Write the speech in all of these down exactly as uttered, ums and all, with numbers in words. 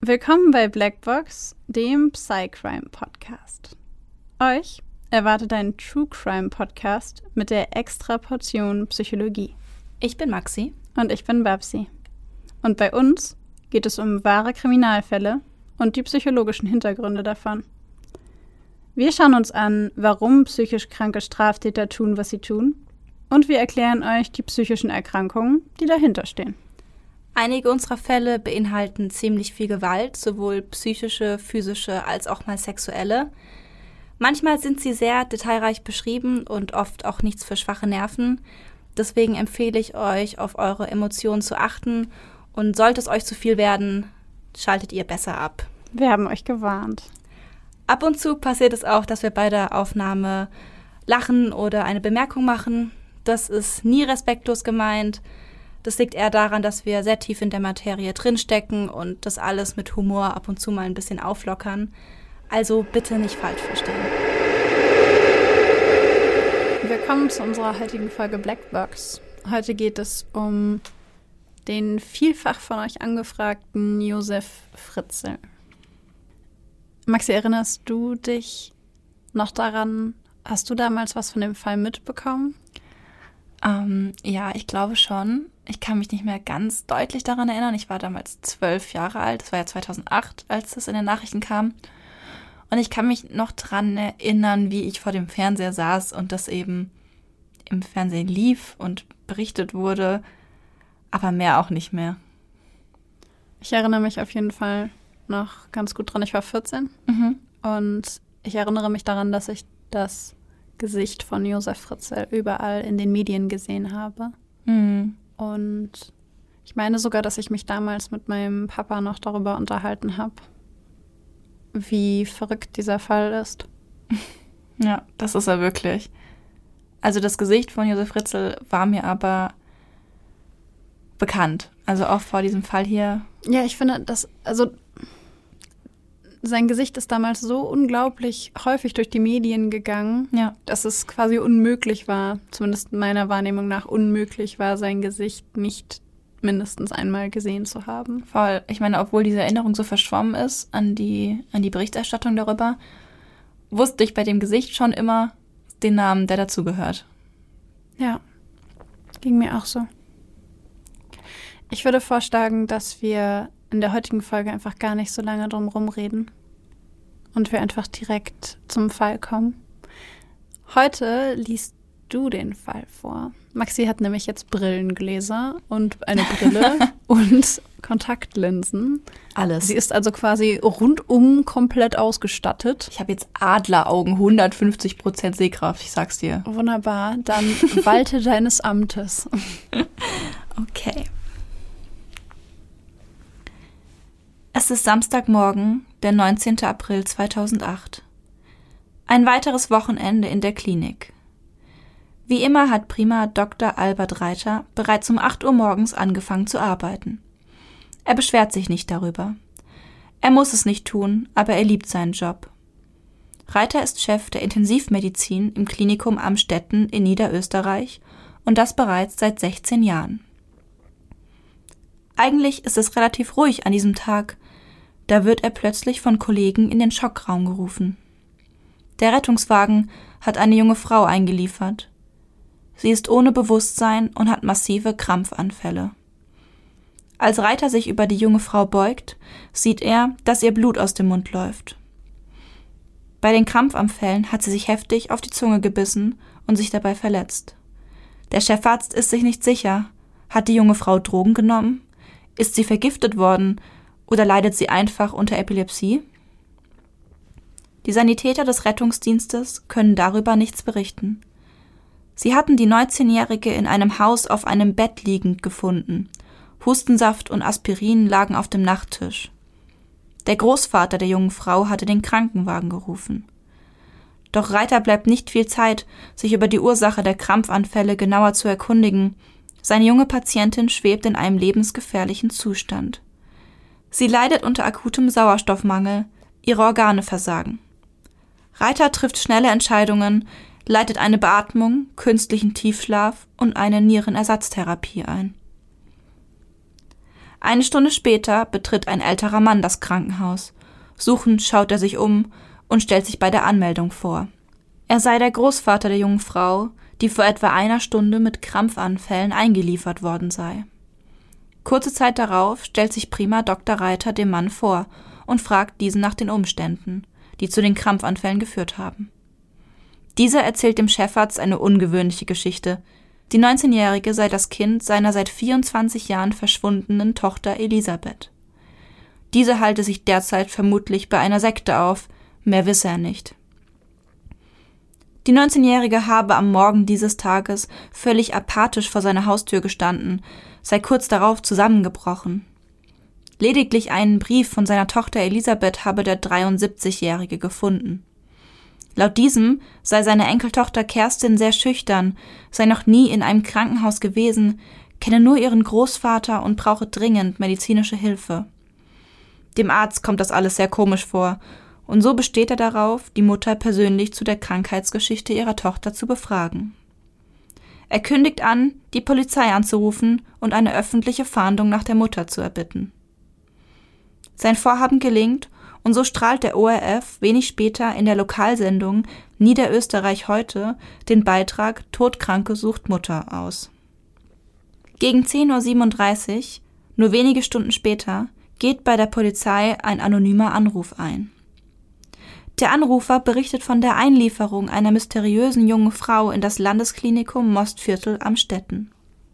Willkommen bei Blackbox, dem Psycrime-Podcast. Euch erwartet ein True-Crime-Podcast mit der extra Portion Psychologie. Ich bin Maxi. Und ich bin Babsi. Und bei uns geht es um wahre Kriminalfälle und die psychologischen Hintergründe davon. Wir schauen uns an, warum psychisch kranke Straftäter tun, was sie tun. Und wir erklären euch die psychischen Erkrankungen, die dahinter stehen. Einige unserer Fälle beinhalten ziemlich viel Gewalt, sowohl psychische, physische als auch mal sexuelle. Manchmal sind sie sehr detailreich beschrieben und oft auch nichts für schwache Nerven. Deswegen empfehle ich euch, auf eure Emotionen zu achten. Und sollte es euch zu viel werden, schaltet ihr besser ab. Wir haben euch gewarnt. Ab und zu passiert es auch, dass wir bei der Aufnahme lachen oder eine Bemerkung machen. Das ist nie respektlos gemeint. Das liegt eher daran, dass wir sehr tief in der Materie drinstecken und das alles mit Humor ab und zu mal ein bisschen auflockern. Also bitte nicht falsch verstehen. Willkommen zu unserer heutigen Folge Blackbox. Heute geht es um den vielfach von euch angefragten Josef Fritzl. Maxi, erinnerst du dich noch daran, hast du damals was von dem Fall mitbekommen? Ähm, ja, ich glaube schon. Ich kann mich nicht mehr ganz deutlich daran erinnern. Ich war damals zwölf Jahre alt. Das war ja zweitausendacht, als das in den Nachrichten kam. Und ich kann mich noch daran erinnern, wie ich vor dem Fernseher saß und das eben im Fernsehen lief und berichtet wurde. Aber mehr auch nicht mehr. Ich erinnere mich auf jeden Fall noch ganz gut dran. Ich war vierzehn. Mhm. Und ich erinnere mich daran, dass ich das Gesicht von Josef Fritzl überall in den Medien gesehen habe. Mhm. Und ich meine sogar, dass ich mich damals mit meinem Papa noch darüber unterhalten habe, wie verrückt dieser Fall ist. Ja, das ist er wirklich. Also das Gesicht von Josef Fritzl war mir aber bekannt. Also auch vor diesem Fall hier. Ja, ich finde, dass, also sein Gesicht ist damals so unglaublich häufig durch die Medien gegangen, ja, dass es quasi unmöglich war, zumindest meiner Wahrnehmung nach unmöglich war, sein Gesicht nicht mindestens einmal gesehen zu haben. Voll. Ich meine, obwohl diese Erinnerung so verschwommen ist an die, an die Berichterstattung darüber, wusste ich bei dem Gesicht schon immer den Namen, der dazugehört. Ja, ging mir auch so. Ich würde vorschlagen, dass wir in der heutigen Folge einfach gar nicht so lange drum rumreden und wir einfach direkt zum Fall kommen. Heute liest du den Fall vor. Maxi hat nämlich jetzt Brillengläser und eine Brille und Kontaktlinsen. Alles. Sie ist also quasi rundum komplett ausgestattet. Ich habe jetzt Adleraugen, hundertfünfzig Prozent Sehkraft, ich sag's dir. Wunderbar, dann walte deines Amtes. Okay. Es ist Samstagmorgen, der neunzehnten April zweitausendacht. Ein weiteres Wochenende in der Klinik. Wie immer hat Prima Doktor Albert Reiter bereits um acht Uhr morgens angefangen zu arbeiten. Er beschwert sich nicht darüber. Er muss es nicht tun, aber er liebt seinen Job. Reiter ist Chef der Intensivmedizin im Klinikum Amstetten in Niederösterreich und das bereits seit sechzehn Jahren. Eigentlich ist es relativ ruhig an diesem Tag. Da wird er plötzlich von Kollegen in den Schockraum gerufen. Der Rettungswagen hat eine junge Frau eingeliefert. Sie ist ohne Bewusstsein und hat massive Krampfanfälle. Als Reiter sich über die junge Frau beugt, sieht er, dass ihr Blut aus dem Mund läuft. Bei den Krampfanfällen hat sie sich heftig auf die Zunge gebissen und sich dabei verletzt. Der Chefarzt ist sich nicht sicher. Hat die junge Frau Drogen genommen? Ist sie vergiftet worden oder leidet sie einfach unter Epilepsie? Die Sanitäter des Rettungsdienstes können darüber nichts berichten. Sie hatten die neunzehnjährige in einem Haus auf einem Bett liegend gefunden. Hustensaft und Aspirin lagen auf dem Nachttisch. Der Großvater der jungen Frau hatte den Krankenwagen gerufen. Doch Reiter bleibt nicht viel Zeit, sich über die Ursache der Krampfanfälle genauer zu erkundigen. Seine junge Patientin schwebt in einem lebensgefährlichen Zustand. Sie leidet unter akutem Sauerstoffmangel, ihre Organe versagen. Reiter trifft schnelle Entscheidungen, leitet eine Beatmung, künstlichen Tiefschlaf und eine Nierenersatztherapie ein. Eine Stunde später betritt ein älterer Mann das Krankenhaus. Suchend schaut er sich um und stellt sich bei der Anmeldung vor. Er sei der Großvater der jungen Frau, die vor etwa einer Stunde mit Krampfanfällen eingeliefert worden sei. Kurze Zeit darauf stellt sich prima Doktor Reiter dem Mann vor und fragt diesen nach den Umständen, die zu den Krampfanfällen geführt haben. Dieser erzählt dem Chefarzt eine ungewöhnliche Geschichte. Die neunzehnjährige sei das Kind seiner seit vierundzwanzig Jahren verschwundenen Tochter Elisabeth. Diese halte sich derzeit vermutlich bei einer Sekte auf, mehr wisse er nicht. Die neunzehnjährige habe am Morgen dieses Tages völlig apathisch vor seiner Haustür gestanden, sei kurz darauf zusammengebrochen. Lediglich einen Brief von seiner Tochter Elisabeth habe der dreiundsiebzigjährige gefunden. Laut diesem sei seine Enkeltochter Kerstin sehr schüchtern, sei noch nie in einem Krankenhaus gewesen, kenne nur ihren Großvater und brauche dringend medizinische Hilfe. Dem Arzt kommt das alles sehr komisch vor, und so besteht er darauf, die Mutter persönlich zu der Krankheitsgeschichte ihrer Tochter zu befragen. Er kündigt an, die Polizei anzurufen und eine öffentliche Fahndung nach der Mutter zu erbitten. Sein Vorhaben gelingt, und so strahlt der O R F wenig später in der Lokalsendung Niederösterreich heute den Beitrag Todkranke sucht Mutter aus. Gegen zehn Uhr siebenunddreißig, nur wenige Stunden später, geht bei der Polizei ein anonymer Anruf ein. Der Anrufer berichtet von der Einlieferung einer mysteriösen jungen Frau in das Landesklinikum Mostviertel am Stetten.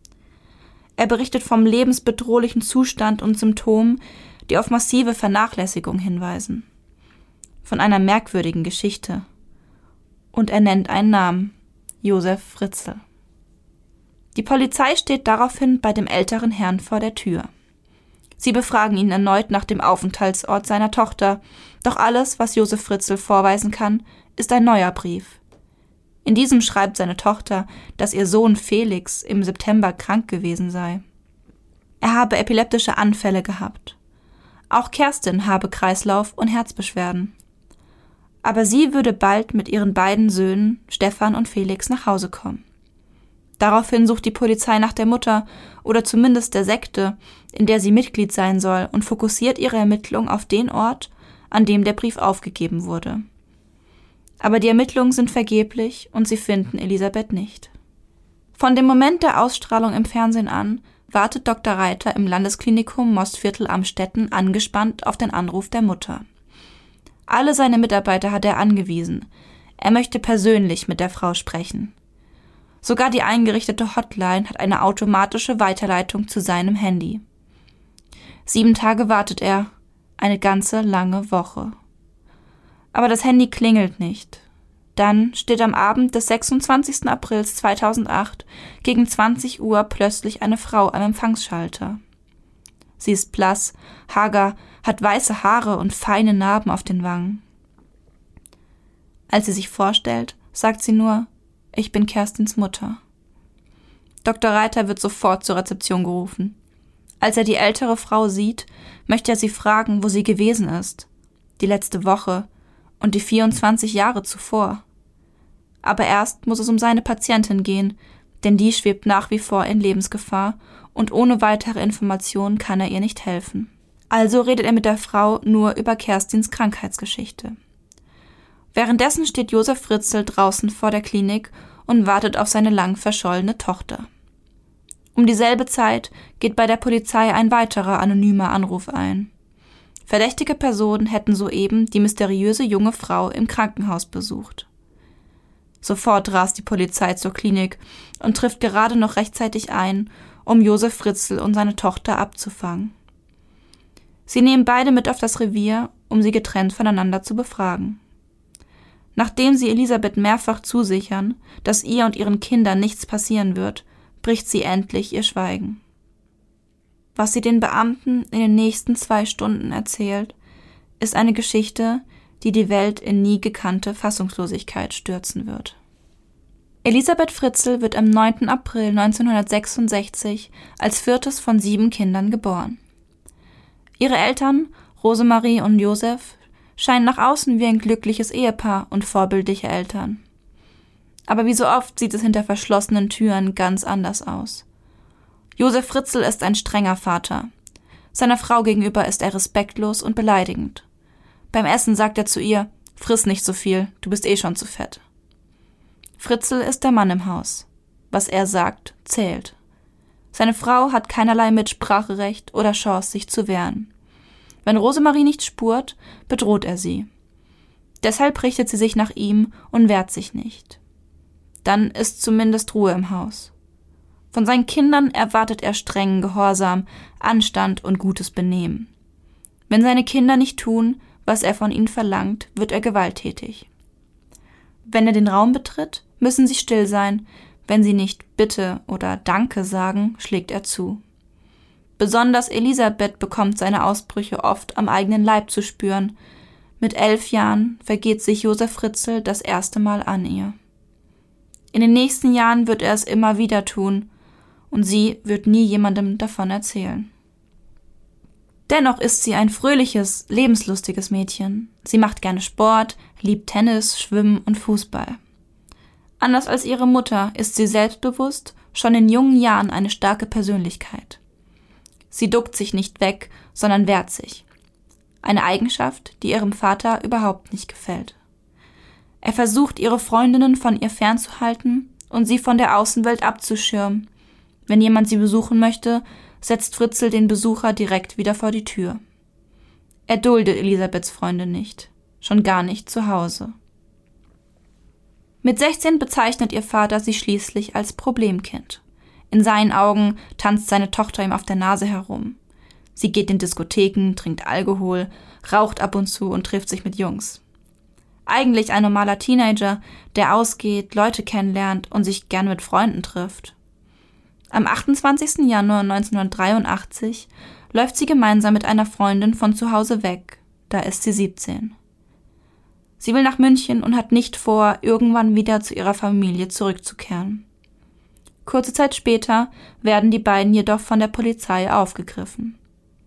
Er berichtet vom lebensbedrohlichen Zustand und Symptomen, die auf massive Vernachlässigung hinweisen. Von einer merkwürdigen Geschichte. Und er nennt einen Namen: Josef Fritzl. Die Polizei steht daraufhin bei dem älteren Herrn vor der Tür. Sie befragen ihn erneut nach dem Aufenthaltsort seiner Tochter, doch alles, was Josef Fritzl vorweisen kann, ist ein neuer Brief. In diesem schreibt seine Tochter, dass ihr Sohn Felix im September krank gewesen sei. Er habe epileptische Anfälle gehabt. Auch Kerstin habe Kreislauf- und Herzbeschwerden. Aber sie würde bald mit ihren beiden Söhnen, Stefan und Felix, nach Hause kommen. Daraufhin sucht die Polizei nach der Mutter oder zumindest der Sekte, in der sie Mitglied sein soll, und fokussiert ihre Ermittlungen auf den Ort, an dem der Brief aufgegeben wurde. Aber die Ermittlungen sind vergeblich und sie finden Elisabeth nicht. Von dem Moment der Ausstrahlung im Fernsehen an wartet Doktor Reiter im Landesklinikum Mostviertel am Stetten angespannt auf den Anruf der Mutter. Alle seine Mitarbeiter hat er angewiesen. Er möchte persönlich mit der Frau sprechen. Sogar die eingerichtete Hotline hat eine automatische Weiterleitung zu seinem Handy. Sieben Tage wartet er, eine ganze lange Woche. Aber das Handy klingelt nicht. Dann steht am Abend des sechsundzwanzigsten April zweitausendacht gegen zwanzig Uhr plötzlich eine Frau am Empfangsschalter. Sie ist blass, hager, hat weiße Haare und feine Narben auf den Wangen. Als sie sich vorstellt, sagt sie nur: Ich bin Kerstins Mutter. Doktor Reiter wird sofort zur Rezeption gerufen. Als er die ältere Frau sieht, möchte er sie fragen, wo sie gewesen ist. Die letzte Woche und die vierundzwanzig Jahre zuvor. Aber erst muss es um seine Patientin gehen, denn die schwebt nach wie vor in Lebensgefahr und ohne weitere Informationen kann er ihr nicht helfen. Also redet er mit der Frau nur über Kerstins Krankheitsgeschichte. Währenddessen steht Josef Fritzl draußen vor der Klinik und wartet auf seine lang verschollene Tochter. Um dieselbe Zeit geht bei der Polizei ein weiterer anonymer Anruf ein. Verdächtige Personen hätten soeben die mysteriöse junge Frau im Krankenhaus besucht. Sofort rast die Polizei zur Klinik und trifft gerade noch rechtzeitig ein, um Josef Fritzl und seine Tochter abzufangen. Sie nehmen beide mit auf das Revier, um sie getrennt voneinander zu befragen. Nachdem sie Elisabeth mehrfach zusichern, dass ihr und ihren Kindern nichts passieren wird, bricht sie endlich ihr Schweigen. Was sie den Beamten in den nächsten zwei Stunden erzählt, ist eine Geschichte, die die Welt in nie gekannte Fassungslosigkeit stürzen wird. Elisabeth Fritzl wird am neunten April neunzehnhundertsechsundsechzig als viertes von sieben Kindern geboren. Ihre Eltern, Rosemarie und Josef, scheinen nach außen wie ein glückliches Ehepaar und vorbildliche Eltern. Aber wie so oft sieht es hinter verschlossenen Türen ganz anders aus. Josef Fritzl ist ein strenger Vater. Seiner Frau gegenüber ist er respektlos und beleidigend. Beim Essen sagt er zu ihr: Friss nicht so viel, du bist eh schon zu fett. Fritzl ist der Mann im Haus. Was er sagt, zählt. Seine Frau hat keinerlei Mitspracherecht oder Chance, sich zu wehren. Wenn Rosemarie nicht spurt, bedroht er sie. Deshalb richtet sie sich nach ihm und wehrt sich nicht. Dann ist zumindest Ruhe im Haus. Von seinen Kindern erwartet er strengen Gehorsam, Anstand und gutes Benehmen. Wenn seine Kinder nicht tun, was er von ihnen verlangt, wird er gewalttätig. Wenn er den Raum betritt, müssen sie still sein. Wenn sie nicht Bitte oder Danke sagen, schlägt er zu. Besonders Elisabeth bekommt seine Ausbrüche oft am eigenen Leib zu spüren. Mit elf Jahren vergeht sich Josef Fritzl das erste Mal an ihr. In den nächsten Jahren wird er es immer wieder tun, und sie wird nie jemandem davon erzählen. Dennoch ist sie ein fröhliches, lebenslustiges Mädchen. Sie macht gerne Sport, liebt Tennis, Schwimmen und Fußball. Anders als ihre Mutter ist sie selbstbewusst, schon in jungen Jahren eine starke Persönlichkeit. Sie duckt sich nicht weg, sondern wehrt sich. Eine Eigenschaft, die ihrem Vater überhaupt nicht gefällt. Er versucht, ihre Freundinnen von ihr fernzuhalten und sie von der Außenwelt abzuschirmen. Wenn jemand sie besuchen möchte, setzt Fritzl den Besucher direkt wieder vor die Tür. Er duldet Elisabeths Freunde nicht, schon gar nicht zu Hause. Mit sechzehn bezeichnet ihr Vater sie schließlich als Problemkind. In seinen Augen tanzt seine Tochter ihm auf der Nase herum. Sie geht in Diskotheken, trinkt Alkohol, raucht ab und zu und trifft sich mit Jungs. Eigentlich ein normaler Teenager, der ausgeht, Leute kennenlernt und sich gern mit Freunden trifft. Am achtundzwanzigsten Januar neunzehnhundertdreiundachtzig läuft sie gemeinsam mit einer Freundin von zu Hause weg. Da ist sie siebzehn. Sie will nach München und hat nicht vor, irgendwann wieder zu ihrer Familie zurückzukehren. Kurze Zeit später werden die beiden jedoch von der Polizei aufgegriffen.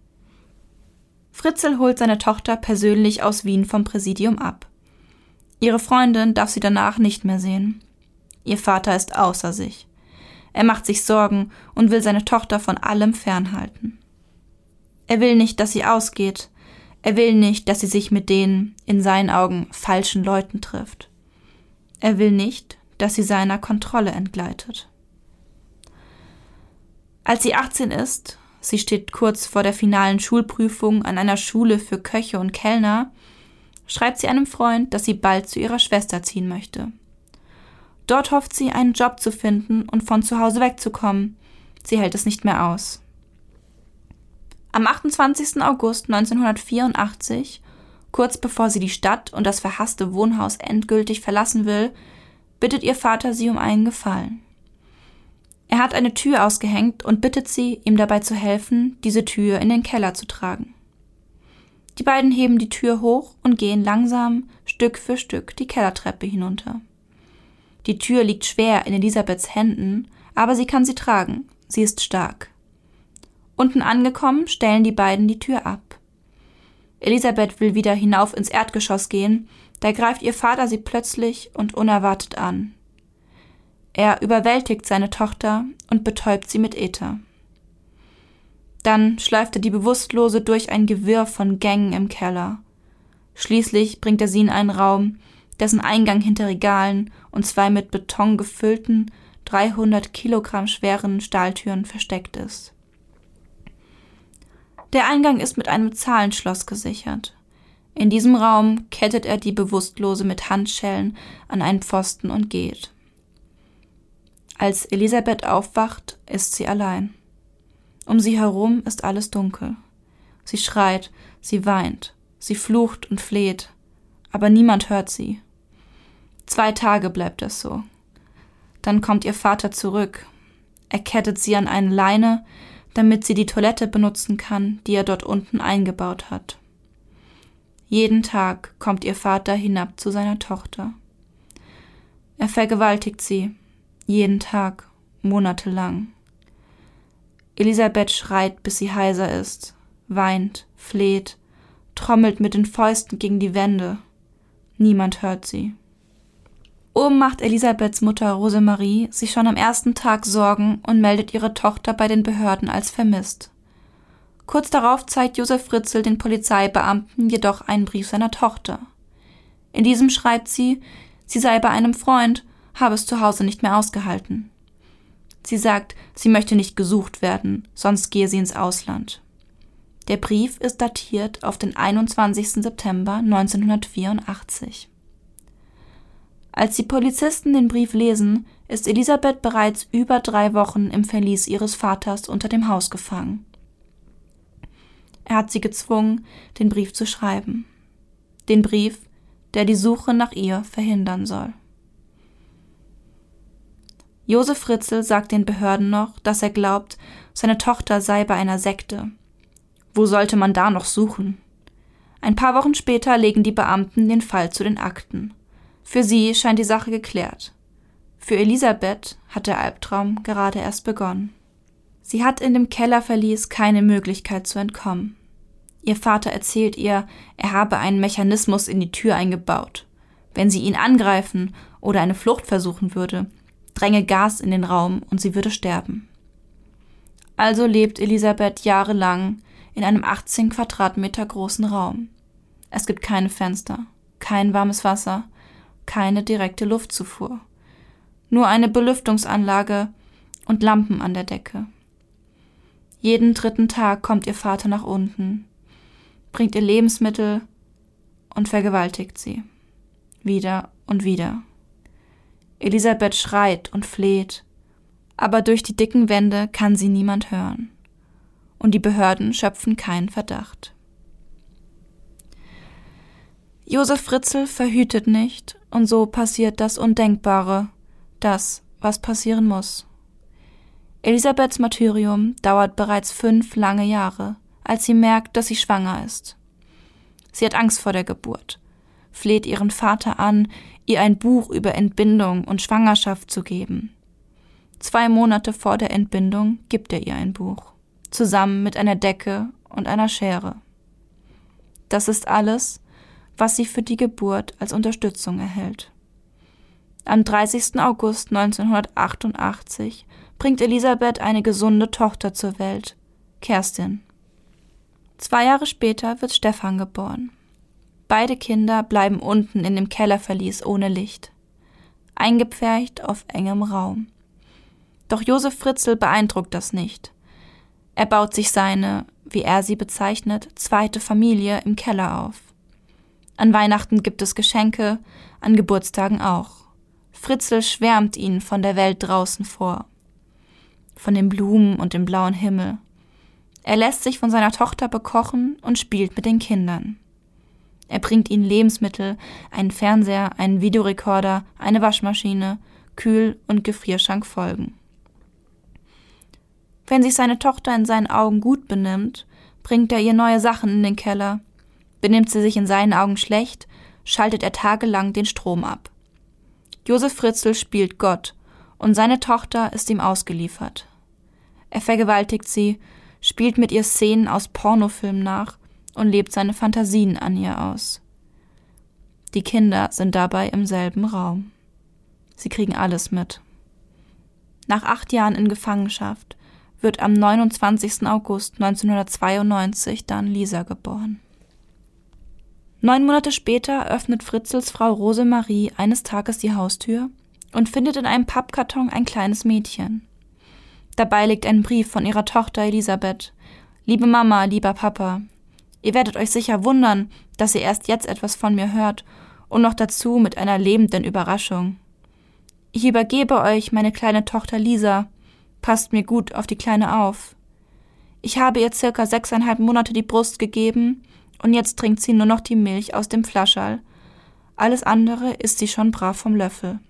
Fritzl holt seine Tochter persönlich aus Wien vom Präsidium ab. Ihre Freundin darf sie danach nicht mehr sehen. Ihr Vater ist außer sich. Er macht sich Sorgen und will seine Tochter von allem fernhalten. Er will nicht, dass sie ausgeht. Er will nicht, dass sie sich mit den, in seinen Augen, falschen Leuten trifft. Er will nicht, dass sie seiner Kontrolle entgleitet. Als sie achtzehn ist, sie steht kurz vor der finalen Schulprüfung an einer Schule für Köche und Kellner, schreibt sie einem Freund, dass sie bald zu ihrer Schwester ziehen möchte. Dort hofft sie, einen Job zu finden und von zu Hause wegzukommen. Sie hält es nicht mehr aus. Am achtundzwanzigsten August neunzehnhundertvierundachtzig, kurz bevor sie die Stadt und das verhasste Wohnhaus endgültig verlassen will, bittet ihr Vater sie um einen Gefallen. Er hat eine Tür ausgehängt und bittet sie, ihm dabei zu helfen, diese Tür in den Keller zu tragen. Die beiden heben die Tür hoch und gehen langsam, Stück für Stück, die Kellertreppe hinunter. Die Tür liegt schwer in Elisabeths Händen, aber sie kann sie tragen, sie ist stark. Unten angekommen, stellen die beiden die Tür ab. Elisabeth will wieder hinauf ins Erdgeschoss gehen, da greift ihr Vater sie plötzlich und unerwartet an. Er überwältigt seine Tochter und betäubt sie mit Ether. Dann schleift er die Bewusstlose durch ein Gewirr von Gängen im Keller. Schließlich bringt er sie in einen Raum, dessen Eingang hinter Regalen und zwei mit Beton gefüllten, dreihundert Kilogramm schweren Stahltüren versteckt ist. Der Eingang ist mit einem Zahlenschloss gesichert. In diesem Raum kettet er die Bewusstlose mit Handschellen an einen Pfosten und geht. Als Elisabeth aufwacht, ist sie allein. Um sie herum ist alles dunkel. Sie schreit, sie weint, sie flucht und fleht, aber niemand hört sie. Zwei Tage bleibt das so. Dann kommt ihr Vater zurück. Er kettet sie an eine Leine, damit sie die Toilette benutzen kann, die er dort unten eingebaut hat. Jeden Tag kommt ihr Vater hinab zu seiner Tochter. Er vergewaltigt sie, jeden Tag, monatelang. Elisabeth schreit, bis sie heiser ist, weint, fleht, trommelt mit den Fäusten gegen die Wände. Niemand hört sie. Oben macht Elisabeths Mutter Rosemarie sich schon am ersten Tag Sorgen und meldet ihre Tochter bei den Behörden als vermisst. Kurz darauf zeigt Josef Fritzl den Polizeibeamten jedoch einen Brief seiner Tochter. In diesem schreibt sie, sie sei bei einem Freund, habe es zu Hause nicht mehr ausgehalten. Sie sagt, sie möchte nicht gesucht werden, sonst gehe sie ins Ausland. Der Brief ist datiert auf den einundzwanzigsten September neunzehnhundertvierundachtzig. Als die Polizisten den Brief lesen, ist Elisabeth bereits über drei Wochen im Verlies ihres Vaters unter dem Haus gefangen. Er hat sie gezwungen, den Brief zu schreiben. Den Brief, der die Suche nach ihr verhindern soll. Josef Fritzl sagt den Behörden noch, dass er glaubt, seine Tochter sei bei einer Sekte. Wo sollte man da noch suchen? Ein paar Wochen später legen die Beamten den Fall zu den Akten. Für sie scheint die Sache geklärt. Für Elisabeth hat der Albtraum gerade erst begonnen. Sie hat in dem Kellerverlies keine Möglichkeit zu entkommen. Ihr Vater erzählt ihr, er habe einen Mechanismus in die Tür eingebaut. Wenn sie ihn angreifen oder eine Flucht versuchen würde, dränge Gas in den Raum und sie würde sterben. Also lebt Elisabeth jahrelang in einem achtzehn Quadratmeter großen Raum. Es gibt keine Fenster, kein warmes Wasser, keine direkte Luftzufuhr. Nur eine Belüftungsanlage und Lampen an der Decke. Jeden dritten Tag kommt ihr Vater nach unten, bringt ihr Lebensmittel und vergewaltigt sie. Wieder und wieder. Elisabeth schreit und fleht, aber durch die dicken Wände kann sie niemand hören. Und die Behörden schöpfen keinen Verdacht. Josef Fritzl verhütet nicht und so passiert das Undenkbare, das, was passieren muss. Elisabeths Martyrium dauert bereits fünf lange Jahre, als sie merkt, dass sie schwanger ist. Sie hat Angst vor der Geburt, fleht ihren Vater an, ihr ein Buch über Entbindung und Schwangerschaft zu geben. Zwei Monate vor der Entbindung gibt er ihr ein Buch, zusammen mit einer Decke und einer Schere. Das ist alles, was sie für die Geburt als Unterstützung erhält. Am dreißigsten August neunzehnhundertachtundachtzig bringt Elisabeth eine gesunde Tochter zur Welt, Kerstin. Zwei Jahre später wird Stefan geboren. Beide Kinder bleiben unten in dem Kellerverlies ohne Licht, eingepfercht auf engem Raum. Doch Josef Fritzl beeindruckt das nicht. Er baut sich seine, wie er sie bezeichnet, zweite Familie im Keller auf. An Weihnachten gibt es Geschenke, an Geburtstagen auch. Fritzl schwärmt ihnen von der Welt draußen vor, von den Blumen und dem blauen Himmel. Er lässt sich von seiner Tochter bekochen und spielt mit den Kindern. Er bringt ihnen Lebensmittel, einen Fernseher, einen Videorekorder, eine Waschmaschine, Kühl- und Gefrierschrank folgen. Wenn sich seine Tochter in seinen Augen gut benimmt, bringt er ihr neue Sachen in den Keller. Benimmt sie sich in seinen Augen schlecht, schaltet er tagelang den Strom ab. Josef Fritzl spielt Gott und seine Tochter ist ihm ausgeliefert. Er vergewaltigt sie, spielt mit ihr Szenen aus Pornofilmen nach und lebt seine Fantasien an ihr aus. Die Kinder sind dabei im selben Raum. Sie kriegen alles mit. Nach acht Jahren in Gefangenschaft wird am neunundzwanzigsten August neunzehnhundertzweiundneunzig dann Lisa geboren. Neun Monate später öffnet Fritzls Frau Rosemarie eines Tages die Haustür und findet in einem Pappkarton ein kleines Mädchen. Dabei liegt ein Brief von ihrer Tochter Elisabeth. Liebe Mama, lieber Papa, ihr werdet euch sicher wundern, dass ihr erst jetzt etwas von mir hört und noch dazu mit einer lebenden Überraschung. Ich übergebe euch meine kleine Tochter Lisa. Passt mir gut auf die Kleine auf. Ich habe ihr circa sechseinhalb Monate die Brust gegeben und jetzt trinkt sie nur noch die Milch aus dem Flascherl. Alles andere isst sie schon brav vom Löffel.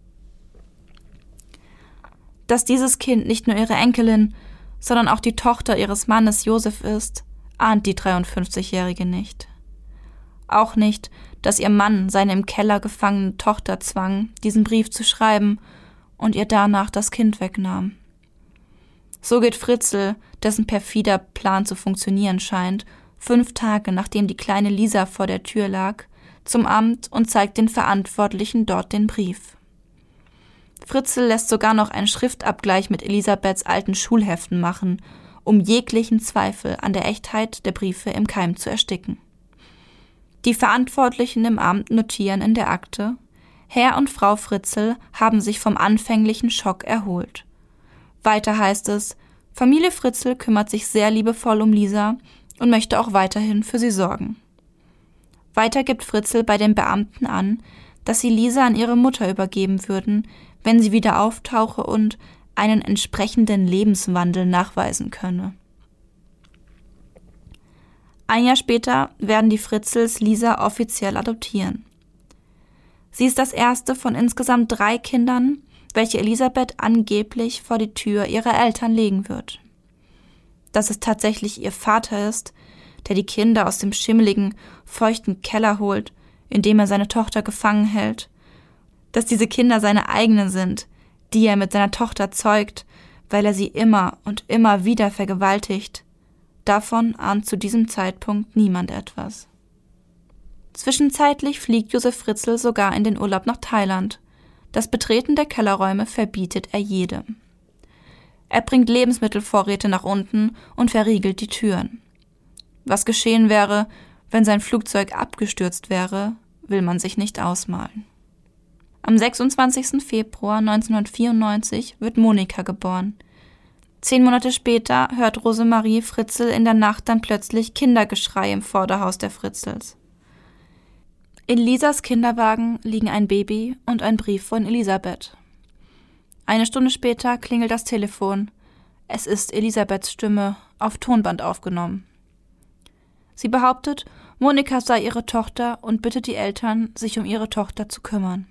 Dass dieses Kind nicht nur ihre Enkelin, sondern auch die Tochter ihres Mannes Josef ist, ahnt die dreiundfünfzigjährige nicht. Auch nicht, dass ihr Mann seine im Keller gefangene Tochter zwang, diesen Brief zu schreiben und ihr danach das Kind wegnahm. So geht Fritzl, dessen perfider Plan zu funktionieren scheint, fünf Tage nachdem die kleine Lisa vor der Tür lag, zum Amt und zeigt den Verantwortlichen dort den Brief. Fritzl lässt sogar noch einen Schriftabgleich mit Elisabeths alten Schulheften machen, um jeglichen Zweifel an der Echtheit der Briefe im Keim zu ersticken. Die Verantwortlichen im Amt notieren in der Akte: Herr und Frau Fritzl haben sich vom anfänglichen Schock erholt. Weiter heißt es: Familie Fritzl kümmert sich sehr liebevoll um Lisa und möchte auch weiterhin für sie sorgen. Weiter gibt Fritzl bei den Beamten an, dass sie Lisa an ihre Mutter übergeben würden, wenn sie wieder auftauche und einen entsprechenden Lebenswandel nachweisen könne. Ein Jahr später werden die Fritzls Lisa offiziell adoptieren. Sie ist das erste von insgesamt drei Kindern, welche Elisabeth angeblich vor die Tür ihrer Eltern legen wird. Dass es tatsächlich ihr Vater ist, der die Kinder aus dem schimmeligen, feuchten Keller holt, in dem er seine Tochter gefangen hält. Dass diese Kinder seine eigenen sind, die er mit seiner Tochter zeugt, weil er sie immer und immer wieder vergewaltigt. Davon ahnt zu diesem Zeitpunkt niemand etwas. Zwischenzeitlich fliegt Josef Fritzl sogar in den Urlaub nach Thailand. Das Betreten der Kellerräume verbietet er jedem. Er bringt Lebensmittelvorräte nach unten und verriegelt die Türen. Was geschehen wäre, wenn sein Flugzeug abgestürzt wäre, will man sich nicht ausmalen. Am sechsundzwanzigsten Februar neunzehnhundertvierundneunzig wird Monika geboren. Zehn Monate später hört Rosemarie Fritzl in der Nacht dann plötzlich Kindergeschrei im Vorderhaus der Fritzls. In Lisas Kinderwagen liegen ein Baby und ein Brief von Elisabeth. Eine Stunde später klingelt das Telefon. Es ist Elisabeths Stimme, auf Tonband aufgenommen. Sie behauptet, Monika sei ihre Tochter und bittet die Eltern, sich um ihre Tochter zu kümmern.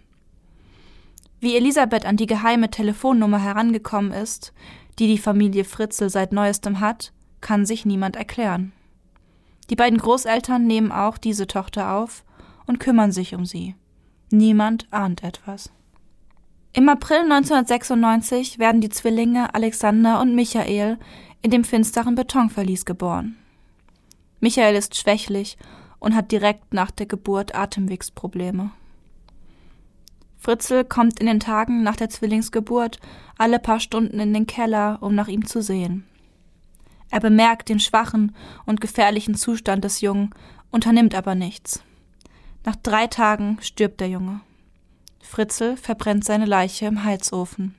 Wie Elisabeth an die geheime Telefonnummer herangekommen ist, die die Familie Fritzl seit Neuestem hat, kann sich niemand erklären. Die beiden Großeltern nehmen auch diese Tochter auf und kümmern sich um sie. Niemand ahnt etwas. Im April neunzehnhundertsechsundneunzig werden die Zwillinge Alexander und Michael in dem finsteren Betonverlies geboren. Michael ist schwächlich und hat direkt nach der Geburt Atemwegsprobleme. Fritzl kommt in den Tagen nach der Zwillingsgeburt alle paar Stunden in den Keller, um nach ihm zu sehen. Er bemerkt den schwachen und gefährlichen Zustand des Jungen, unternimmt aber nichts. Nach drei Tagen stirbt der Junge. Fritzl verbrennt seine Leiche im Heizofen.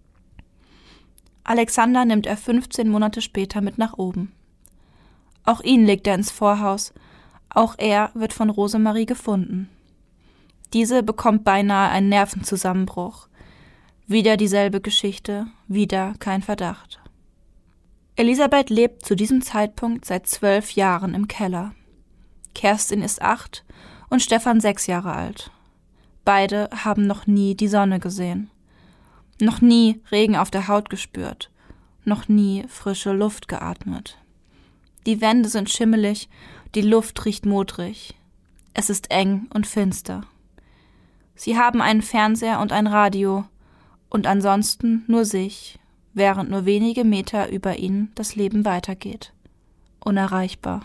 Alexander nimmt er fünfzehn Monate später mit nach oben. Auch ihn legt er ins Vorhaus. Auch er wird von Rosemarie gefunden. Diese bekommt beinahe einen Nervenzusammenbruch. Wieder dieselbe Geschichte, wieder kein Verdacht. Elisabeth lebt zu diesem Zeitpunkt seit zwölf Jahren im Keller. Kerstin ist acht und Stefan sechs Jahre alt. Beide haben noch nie die Sonne gesehen. Noch nie Regen auf der Haut gespürt. Noch nie frische Luft geatmet. Die Wände sind schimmelig, die Luft riecht modrig. Es ist eng und finster. Sie haben einen Fernseher und ein Radio und ansonsten nur sich, während nur wenige Meter über ihnen das Leben weitergeht. Unerreichbar.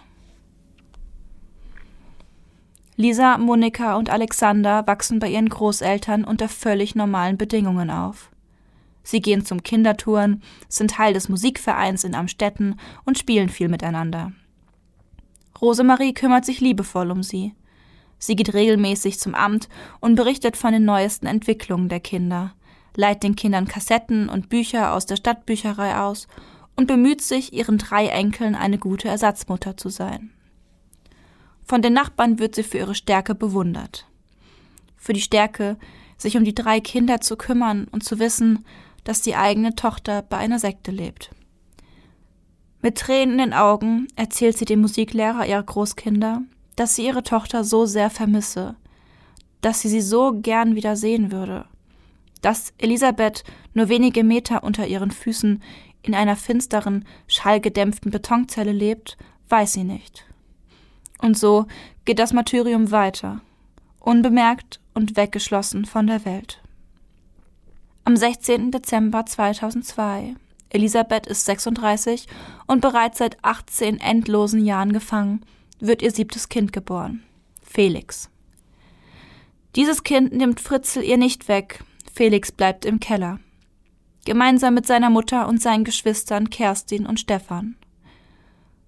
Lisa, Monika und Alexander wachsen bei ihren Großeltern unter völlig normalen Bedingungen auf. Sie gehen zum Kindertouren, sind Teil des Musikvereins in Amstetten und spielen viel miteinander. Rosemarie kümmert sich liebevoll um sie. Sie geht regelmäßig zum Amt und berichtet von den neuesten Entwicklungen der Kinder, leiht den Kindern Kassetten und Bücher aus der Stadtbücherei aus und bemüht sich, ihren drei Enkeln eine gute Ersatzmutter zu sein. Von den Nachbarn wird sie für ihre Stärke bewundert. Für die Stärke, sich um die drei Kinder zu kümmern und zu wissen, dass die eigene Tochter bei einer Sekte lebt. Mit Tränen in den Augen erzählt sie dem Musiklehrer ihrer Großkinder, dass sie ihre Tochter so sehr vermisse, dass sie sie so gern wieder sehen würde, dass Elisabeth nur wenige Meter unter ihren Füßen in einer finsteren, schallgedämpften Betonzelle lebt, weiß sie nicht. Und so geht das Martyrium weiter, unbemerkt und weggeschlossen von der Welt. Am sechzehnten Dezember zweitausendzwei. Elisabeth ist sechsunddreißig und bereits seit achtzehn endlosen Jahren gefangen, wird ihr siebtes Kind geboren, Felix. Dieses Kind nimmt Fritzl ihr nicht weg, Felix bleibt im Keller. Gemeinsam mit seiner Mutter und seinen Geschwistern Kerstin und Stefan.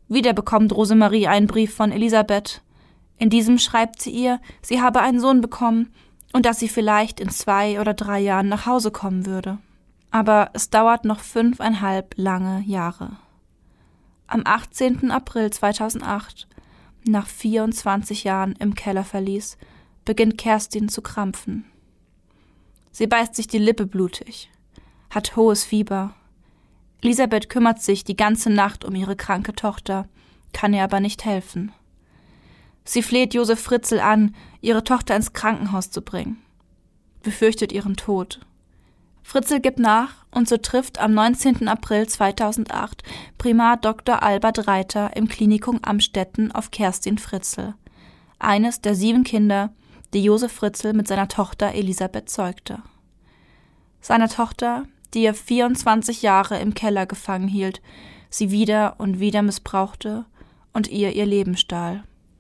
Wieder bekommt Rosemarie einen Brief von Elisabeth. In diesem schreibt sie ihr, sie habe einen Sohn bekommen und dass sie vielleicht in zwei oder drei Jahren nach Hause kommen würde. Aber es dauert noch fünfeinhalb lange Jahre. Am achtzehnten April zweitausendacht, nach vierundzwanzig Jahren im Kellerverlies, beginnt Kerstin zu krampfen. Sie beißt sich die Lippe blutig, hat hohes Fieber. Elisabeth kümmert sich die ganze Nacht um ihre kranke Tochter, kann ihr aber nicht helfen. Sie fleht Josef Fritzl an, ihre Tochter ins Krankenhaus zu bringen, befürchtet ihren Tod. Fritzl gibt nach und so trifft am neunzehnten April zweitausendacht Primar Doktor Albert Reiter im Klinikum Amstetten auf Kerstin Fritzl, eines der sieben Kinder, die Josef Fritzl mit seiner Tochter Elisabeth zeugte. Seiner Tochter, die er vierundzwanzig Jahre im Keller gefangen hielt, sie wieder und wieder missbrauchte und ihr ihr Leben stahl.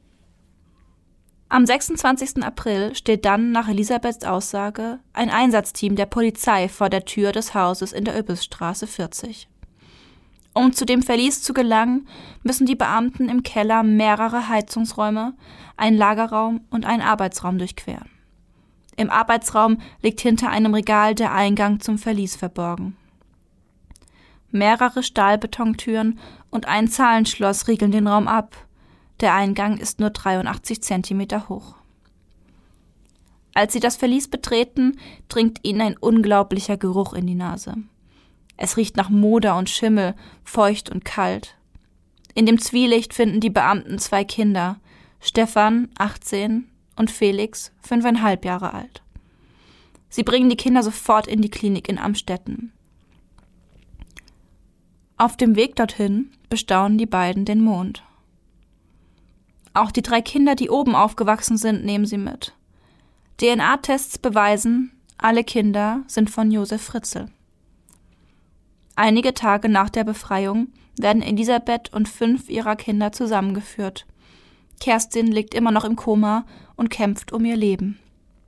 Am sechsundzwanzigsten April steht dann nach Elisabeths Aussage ein Einsatzteam der Polizei vor der Tür des Hauses in der Üppelsstraße vierzig. Um zu dem Verlies zu gelangen, müssen die Beamten im Keller mehrere Heizungsräume, einen Lagerraum und einen Arbeitsraum durchqueren. Im Arbeitsraum liegt hinter einem Regal der Eingang zum Verlies verborgen. Mehrere Stahlbetontüren und ein Zahlenschloss riegeln den Raum ab. Der Eingang ist nur dreiundachtzig Zentimeter hoch. Als sie das Verlies betreten, dringt ihnen ein unglaublicher Geruch in die Nase. Es riecht nach Moder und Schimmel, feucht und kalt. In dem Zwielicht finden die Beamten zwei Kinder, Stefan, achtzehn, und Felix, fünfeinhalb Jahre alt. Sie bringen die Kinder sofort in die Klinik in Amstetten. Auf dem Weg dorthin bestaunen die beiden den Mond. Auch die drei Kinder, die oben aufgewachsen sind, nehmen sie mit. D N A-Tests beweisen, alle Kinder sind von Josef Fritzl. Einige Tage nach der Befreiung werden Elisabeth und fünf ihrer Kinder zusammengeführt. Kerstin liegt immer noch im Koma und kämpft um ihr Leben.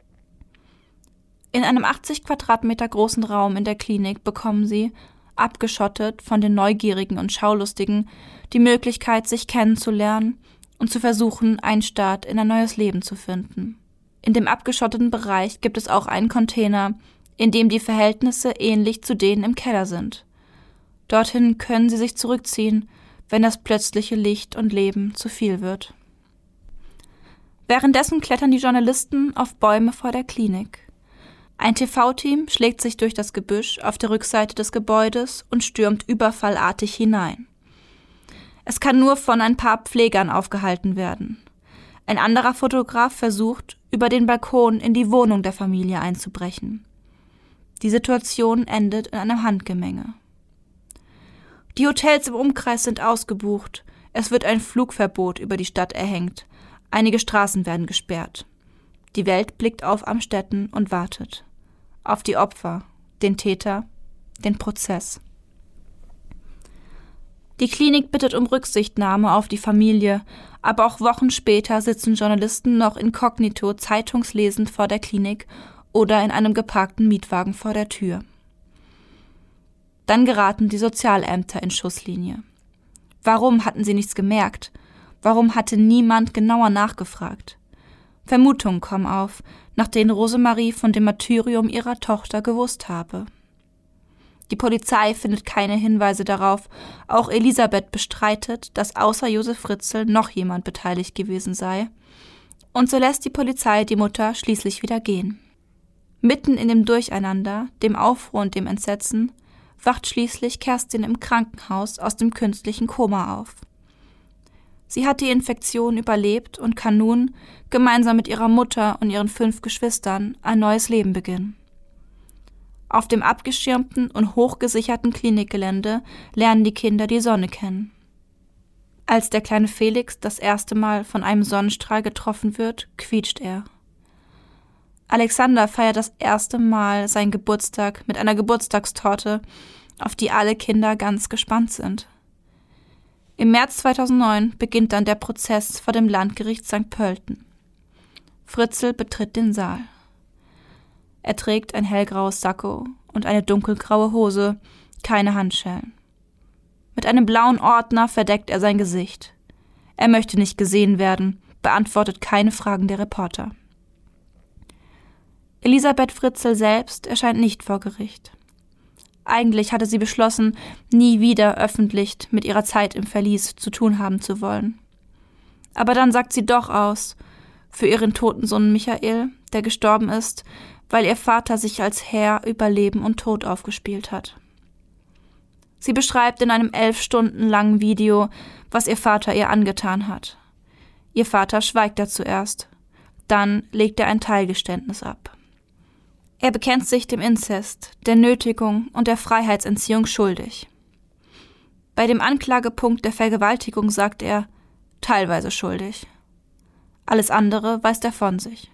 In einem achtzig Quadratmeter großen Raum in der Klinik bekommen sie, abgeschottet von den Neugierigen und Schaulustigen, die Möglichkeit, sich kennenzulernen und zu versuchen, einen Start in ein neues Leben zu finden. In dem abgeschotteten Bereich gibt es auch einen Container, in dem die Verhältnisse ähnlich zu denen im Keller sind. Dorthin können sie sich zurückziehen, wenn das plötzliche Licht und Leben zu viel wird. Währenddessen klettern die Journalisten auf Bäume vor der Klinik. Ein T V-Team schlägt sich durch das Gebüsch auf der Rückseite des Gebäudes und stürmt überfallartig hinein. Es kann nur von ein paar Pflegern aufgehalten werden. Ein anderer Fotograf versucht, über den Balkon in die Wohnung der Familie einzubrechen. Die Situation endet in einem Handgemenge. Die Hotels im Umkreis sind ausgebucht. Es wird ein Flugverbot über die Stadt erhängt. Einige Straßen werden gesperrt. Die Welt blickt auf Amstetten und wartet. Auf die Opfer, den Täter, den Prozess. Die Klinik bittet um Rücksichtnahme auf die Familie, aber auch Wochen später sitzen Journalisten noch inkognito zeitungslesend vor der Klinik oder in einem geparkten Mietwagen vor der Tür. Dann geraten die Sozialämter in Schusslinie. Warum hatten sie nichts gemerkt? Warum hatte niemand genauer nachgefragt? Vermutungen kommen auf, nach denen Rosemarie von dem Martyrium ihrer Tochter gewusst habe. Die Polizei findet keine Hinweise darauf, auch Elisabeth bestreitet, dass außer Josef Fritzl noch jemand beteiligt gewesen sei. Und so lässt die Polizei die Mutter schließlich wieder gehen. Mitten in dem Durcheinander, dem Aufruhr und dem Entsetzen, wacht schließlich Kerstin im Krankenhaus aus dem künstlichen Koma auf. Sie hat die Infektion überlebt und kann nun, gemeinsam mit ihrer Mutter und ihren fünf Geschwistern, ein neues Leben beginnen. Auf dem abgeschirmten und hochgesicherten Klinikgelände lernen die Kinder die Sonne kennen. Als der kleine Felix das erste Mal von einem Sonnenstrahl getroffen wird, quietscht er. Alexander feiert das erste Mal seinen Geburtstag mit einer Geburtstagstorte, auf die alle Kinder ganz gespannt sind. Im März zweitausendneun beginnt dann der Prozess vor dem Landgericht Sankt Pölten. Fritzl betritt den Saal. Er trägt ein hellgraues Sakko und eine dunkelgraue Hose, keine Handschellen. Mit einem blauen Ordner verdeckt er sein Gesicht. Er möchte nicht gesehen werden, beantwortet keine Fragen der Reporter. Elisabeth Fritzl selbst erscheint nicht vor Gericht. Eigentlich hatte sie beschlossen, nie wieder öffentlich mit ihrer Zeit im Verlies zu tun haben zu wollen. Aber dann sagt sie doch aus für ihren toten Sohn Michael, der gestorben ist, weil ihr Vater sich als Herr über Leben und Tod aufgespielt hat. Sie beschreibt in einem elf Stunden langen Video, was ihr Vater ihr angetan hat. Ihr Vater schweigt dazu erst. Dann legt er ein Teilgeständnis ab. Er bekennt sich dem Inzest, der Nötigung und der Freiheitsentziehung schuldig. Bei dem Anklagepunkt der Vergewaltigung sagt er, teilweise schuldig. Alles andere weist er von sich.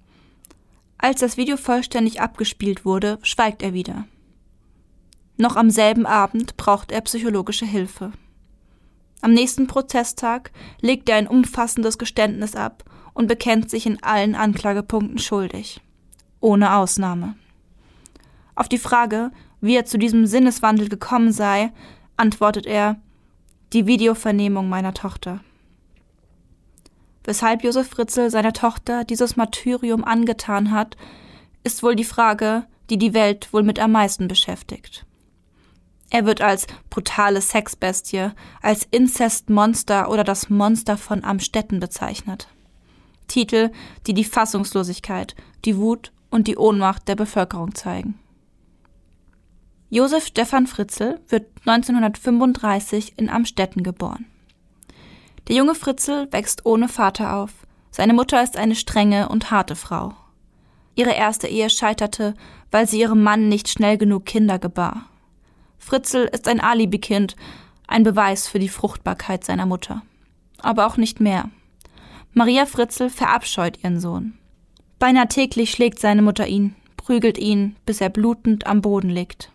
Als das Video vollständig abgespielt wurde, schweigt er wieder. Noch am selben Abend braucht er psychologische Hilfe. Am nächsten Prozesstag legt er ein umfassendes Geständnis ab und bekennt sich in allen Anklagepunkten schuldig. Ohne Ausnahme. Auf die Frage, wie er zu diesem Sinneswandel gekommen sei, antwortet er, die Videovernehmung meiner Tochter. Weshalb Josef Fritzl seiner Tochter dieses Martyrium angetan hat, ist wohl die Frage, die die Welt wohl mit am meisten beschäftigt. Er wird als brutale Sexbestie, als Inzestmonster oder das Monster von Amstetten bezeichnet. Titel, die die Fassungslosigkeit, die Wut und die Ohnmacht der Bevölkerung zeigen. Josef Stefan Fritzl wird neunzehnhundertfünfunddreißig in Amstetten geboren. Der junge Fritzl wächst ohne Vater auf. Seine Mutter ist eine strenge und harte Frau. Ihre erste Ehe scheiterte, weil sie ihrem Mann nicht schnell genug Kinder gebar. Fritzl ist ein Alibi-Kind, ein Beweis für die Fruchtbarkeit seiner Mutter. Aber auch nicht mehr. Maria Fritzl verabscheut ihren Sohn. Beinahe täglich schlägt seine Mutter ihn, prügelt ihn, bis er blutend am Boden liegt.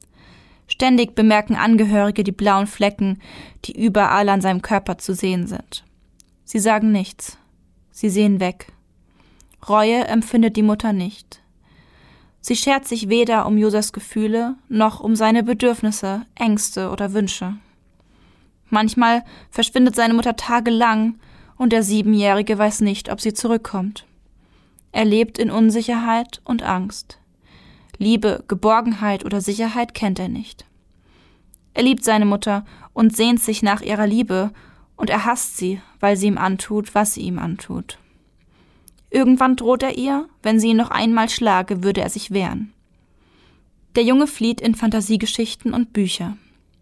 Ständig bemerken Angehörige die blauen Flecken, die überall an seinem Körper zu sehen sind. Sie sagen nichts. Sie sehen weg. Reue empfindet die Mutter nicht. Sie schert sich weder um Josefs Gefühle, noch um seine Bedürfnisse, Ängste oder Wünsche. Manchmal verschwindet seine Mutter tagelang und der Siebenjährige weiß nicht, ob sie zurückkommt. Er lebt in Unsicherheit und Angst. Liebe, Geborgenheit oder Sicherheit kennt er nicht. Er liebt seine Mutter und sehnt sich nach ihrer Liebe und er hasst sie, weil sie ihm antut, was sie ihm antut. Irgendwann droht er ihr, wenn sie ihn noch einmal schlage, würde er sich wehren. Der Junge flieht in Fantasiegeschichten und Bücher.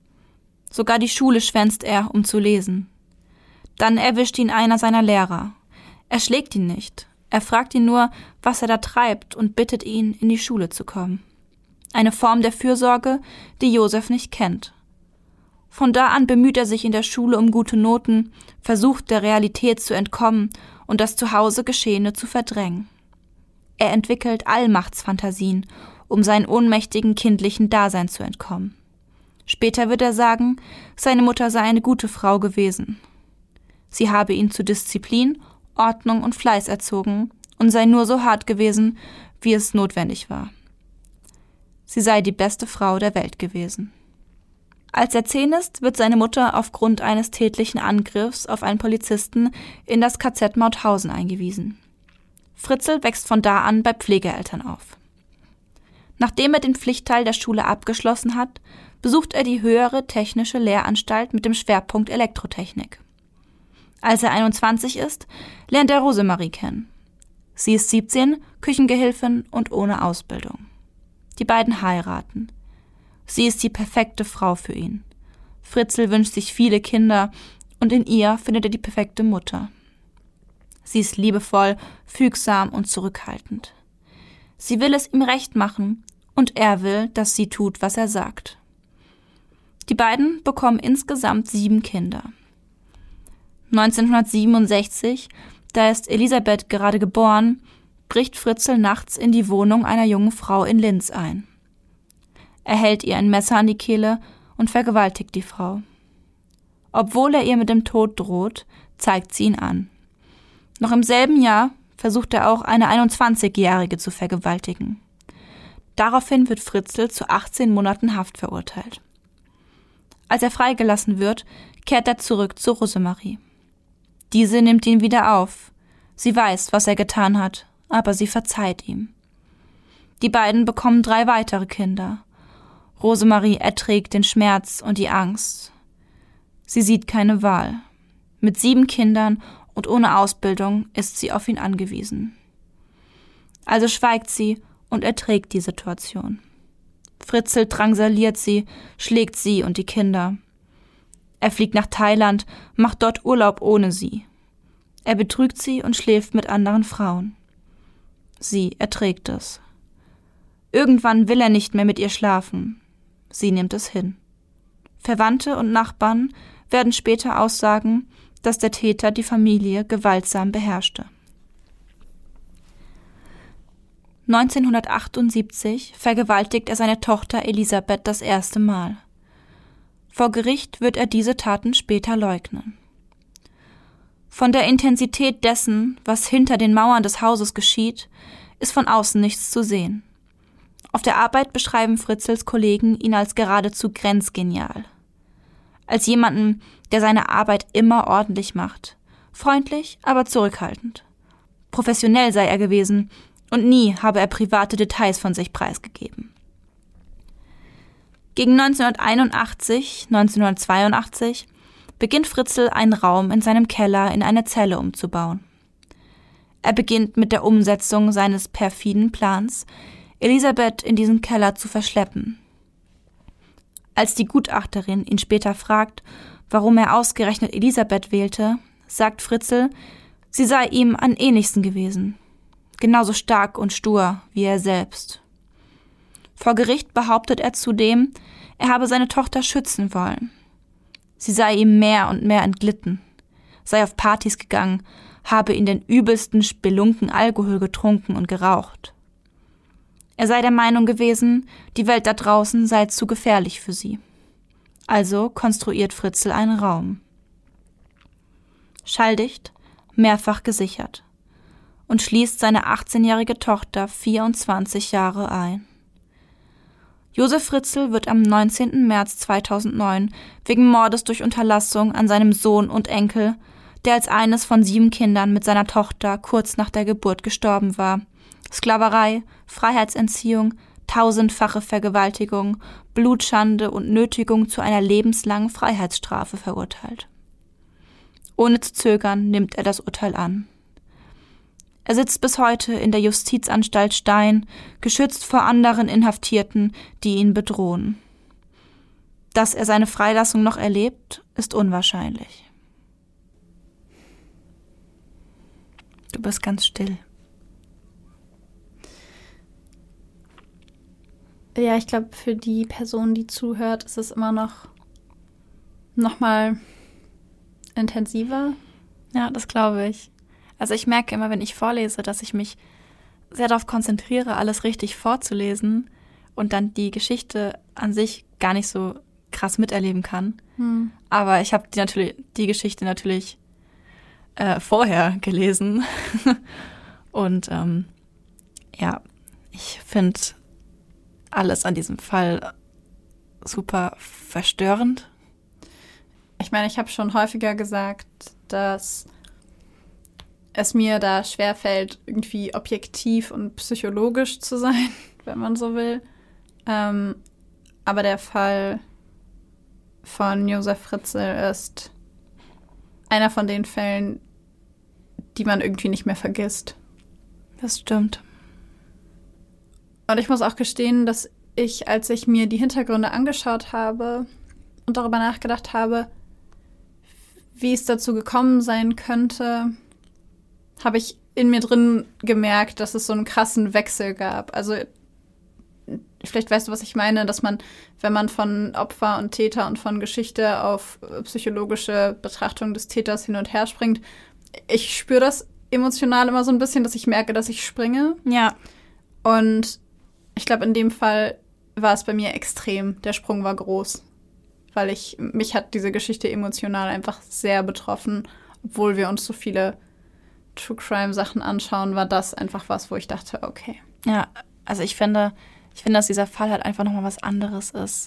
Sogar die Schule schwänzt er, um zu lesen. Dann erwischt ihn einer seiner Lehrer. Er schlägt ihn nicht. Er fragt ihn nur, was er da treibt und bittet ihn, in die Schule zu kommen. Eine Form der Fürsorge, die Josef nicht kennt. Von da an bemüht er sich in der Schule um gute Noten, versucht der Realität zu entkommen und das Zuhause Geschehene zu verdrängen. Er entwickelt Allmachtsfantasien, um seinen ohnmächtigen kindlichen Dasein zu entkommen. Später wird er sagen, seine Mutter sei eine gute Frau gewesen. Sie habe ihn zu Disziplin, Ordnung und Fleiß erzogen und sei nur so hart gewesen, wie es notwendig war. Sie sei die beste Frau der Welt gewesen. Als er zehn ist, wird seine Mutter aufgrund eines tätlichen Angriffs auf einen Polizisten in das K Z Mauthausen eingewiesen. Fritzl wächst von da an bei Pflegeeltern auf. Nachdem er den Pflichtteil der Schule abgeschlossen hat, besucht er die höhere technische Lehranstalt mit dem Schwerpunkt Elektrotechnik. Als er einundzwanzig ist, lernt er Rosemarie kennen. Sie ist siebzehn, Küchengehilfin und ohne Ausbildung. Die beiden heiraten. Sie ist die perfekte Frau für ihn. Fritzl wünscht sich viele Kinder und in ihr findet er die perfekte Mutter. Sie ist liebevoll, fügsam und zurückhaltend. Sie will es ihm recht machen und er will, dass sie tut, was er sagt. Die beiden bekommen insgesamt sieben Kinder. neunzehnhundertsiebenundsechzig, da ist Elisabeth gerade geboren, bricht Fritzl nachts in die Wohnung einer jungen Frau in Linz ein. Er hält ihr ein Messer an die Kehle und vergewaltigt die Frau. Obwohl er ihr mit dem Tod droht, zeigt sie ihn an. Noch im selben Jahr versucht er auch eine einundzwanzigjährige zu vergewaltigen. Daraufhin wird Fritzl zu achtzehn Monaten Haft verurteilt. Als er freigelassen wird, kehrt er zurück zu Rosemarie. Diese nimmt ihn wieder auf. Sie weiß, was er getan hat, aber sie verzeiht ihm. Die beiden bekommen drei weitere Kinder. Rosemarie erträgt den Schmerz und die Angst. Sie sieht keine Wahl. Mit sieben Kindern und ohne Ausbildung ist sie auf ihn angewiesen. Also schweigt sie und erträgt die Situation. Fritzl drangsaliert sie, schlägt sie und die Kinder. Er fliegt nach Thailand, macht dort Urlaub ohne sie. Er betrügt sie und schläft mit anderen Frauen. Sie erträgt es. Irgendwann will er nicht mehr mit ihr schlafen. Sie nimmt es hin. Verwandte und Nachbarn werden später aussagen, dass der Täter die Familie gewaltsam beherrschte. neunzehnhundertachtundsiebzig vergewaltigt er seine Tochter Elisabeth das erste Mal. Vor Gericht wird er diese Taten später leugnen. Von der Intensität dessen, was hinter den Mauern des Hauses geschieht, ist von außen nichts zu sehen. Auf der Arbeit beschreiben Fritzls Kollegen ihn als geradezu grenzgenial. Als jemanden, der seine Arbeit immer ordentlich macht. Freundlich, aber zurückhaltend. Professionell sei er gewesen und nie habe er private Details von sich preisgegeben. Gegen neunzehnhunderteinundachtzig, neunzehnhundertzweiundachtzig beginnt Fritzl einen Raum in seinem Keller in eine Zelle umzubauen. Er beginnt mit der Umsetzung seines perfiden Plans, Elisabeth in diesen Keller zu verschleppen. Als die Gutachterin ihn später fragt, warum er ausgerechnet Elisabeth wählte, sagt Fritzl, sie sei ihm am ähnlichsten gewesen. Genauso stark und stur wie er selbst. Vor Gericht behauptet er zudem, er habe seine Tochter schützen wollen. Sie sei ihm mehr und mehr entglitten, sei auf Partys gegangen, habe in den übelsten Spelunken Alkohol getrunken und geraucht. Er sei der Meinung gewesen, die Welt da draußen sei zu gefährlich für sie. Also konstruiert Fritzl einen Raum. Schalldicht, mehrfach gesichert. Und schließt seine achtzehnjährige Tochter vierundzwanzig Jahre ein. Josef Fritzl wird am neunzehnten März zweitausendneun wegen Mordes durch Unterlassung an seinem Sohn und Enkel, der als eines von sieben Kindern mit seiner Tochter kurz nach der Geburt gestorben war, Sklaverei, Freiheitsentziehung, tausendfache Vergewaltigung, Blutschande und Nötigung zu einer lebenslangen Freiheitsstrafe verurteilt. Ohne zu zögern nimmt er das Urteil an. Er sitzt bis heute in der Justizanstalt Stein, geschützt vor anderen Inhaftierten, die ihn bedrohen. Dass er seine Freilassung noch erlebt, ist unwahrscheinlich. Du bist ganz still. Ja, ich glaube, für die Person, die zuhört, ist es immer noch, noch mal intensiver. Ja, das glaube ich. Also ich merke immer, wenn ich vorlese, dass ich mich sehr darauf konzentriere, alles richtig vorzulesen und dann die Geschichte an sich gar nicht so krass miterleben kann. Hm. Aber ich habe die, natürlich, die Geschichte natürlich äh, vorher gelesen. Und ähm, ja, ich finde alles an diesem Fall super verstörend. Ich meine, ich habe schon häufiger gesagt, dass es mir da schwerfällt, irgendwie objektiv und psychologisch zu sein, wenn man so will. Ähm, aber der Fall von Josef Fritzl ist einer von den Fällen, die man irgendwie nicht mehr vergisst. Das stimmt. Und ich muss auch gestehen, dass ich, als ich mir die Hintergründe angeschaut habe und darüber nachgedacht habe, wie es dazu gekommen sein könnte, habe ich in mir drin gemerkt, dass es so einen krassen Wechsel gab. Also vielleicht weißt du, was ich meine, dass man, wenn man von Opfer und Täter und von Geschichte auf psychologische Betrachtung des Täters hin und her springt, ich spüre das emotional immer so ein bisschen, dass ich merke, dass ich springe. Ja. Und ich glaube, in dem Fall war es bei mir extrem. Der Sprung war groß, weil ich, mich hat diese Geschichte emotional einfach sehr betroffen, obwohl wir uns so viele True-Crime-Sachen anschauen, war das einfach was, wo ich dachte, okay. Ja, also ich finde, ich finde, dass dieser Fall halt einfach nochmal was anderes ist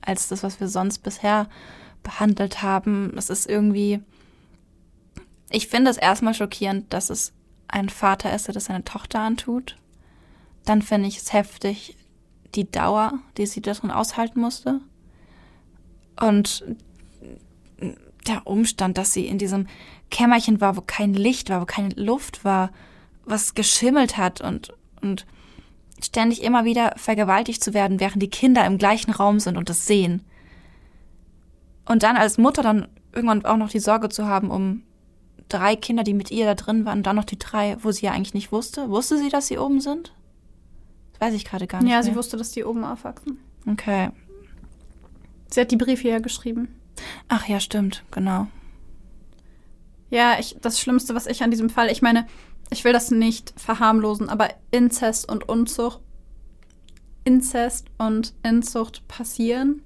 als das, was wir sonst bisher behandelt haben. Es ist irgendwie, ich finde es erstmal schockierend, dass es ein Vater ist, der das seine Tochter antut. Dann finde ich es heftig, die Dauer, die sie darin aushalten musste. Und der Umstand, dass sie in diesem Kämmerchen war, wo kein Licht war, wo keine Luft war, was geschimmelt hat und, und ständig immer wieder vergewaltigt zu werden, während die Kinder im gleichen Raum sind und das sehen. Und dann als Mutter dann irgendwann auch noch die Sorge zu haben um drei Kinder, die mit ihr da drin waren, und dann noch die drei, wo sie ja eigentlich nicht wusste. Wusste sie, dass sie oben sind? Das weiß ich gerade gar nicht Ja, mehr. sie wusste, dass die oben aufwachsen. Okay. Sie hat die Briefe ja geschrieben. Ach ja, stimmt, genau. Ja, ich, das Schlimmste, was ich an diesem Fall, ich meine, ich will das nicht verharmlosen, aber Inzest und Unzucht, Inzest und Inzucht passieren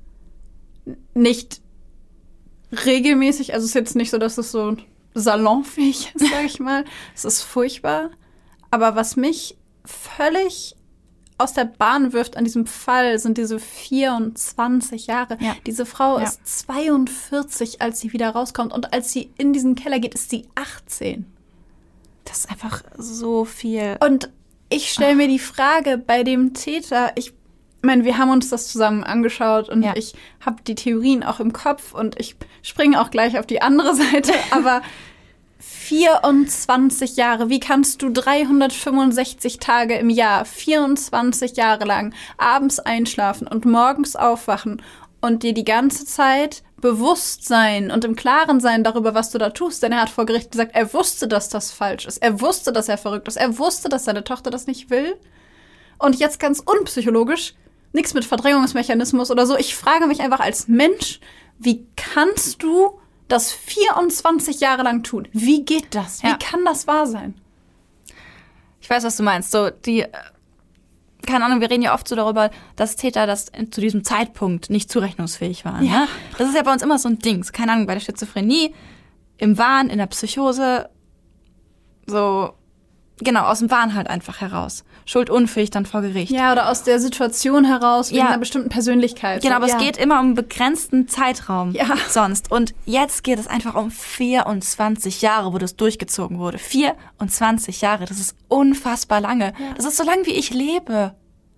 nicht regelmäßig. Also es ist jetzt nicht so, dass es so salonfähig ist, sag ich mal. Es ist furchtbar. Aber was mich völlig aus der Bahn wirft an diesem Fall, sind diese vierundzwanzig Jahre. Ja. Diese Frau Ja. ist zweiundvierzig, als sie wieder rauskommt. Und als sie in diesen Keller geht, ist sie achtzehn. Das ist einfach so viel. Und ich stelle mir die Frage bei dem Täter, ich meine, wir haben uns das zusammen angeschaut und Ja. ich habe die Theorien auch im Kopf und ich springe auch gleich auf die andere Seite, aber vierundzwanzig Jahre, wie kannst du dreihundertfünfundsechzig Tage im Jahr, vierundzwanzig Jahre lang abends einschlafen und morgens aufwachen und dir die ganze Zeit bewusst sein und im Klaren sein darüber, was du da tust? Denn er hat vor Gericht gesagt, er wusste, dass das falsch ist. Er wusste, dass er verrückt ist. Er wusste, dass seine Tochter das nicht will. Und jetzt ganz unpsychologisch, nichts mit Verdrängungsmechanismus oder so. Ich frage mich einfach als Mensch, wie kannst du das vierundzwanzig Jahre lang tun? Wie geht das? Wie Ja. kann das wahr sein? Ich weiß, was du meinst. So, die, äh, keine Ahnung, wir reden ja oft so darüber, dass Täter das in, zu diesem Zeitpunkt nicht zurechnungsfähig waren. Ja. Ne? Das ist ja bei uns immer so ein Ding. Keine Ahnung, bei der Schizophrenie, im Wahn, in der Psychose, so, genau, aus dem Wahn halt einfach heraus. Schuldunfähig dann vor Gericht. Ja, oder aus der Situation heraus, wegen Ja. einer bestimmten Persönlichkeit. Genau, aber ja. es geht immer um einen begrenzten Zeitraum Ja. sonst. Und jetzt geht es einfach um vierundzwanzig Jahre, wo das durchgezogen wurde. vierundzwanzig Jahre, das ist unfassbar lange. Ja. Das ist so lange, wie ich lebe.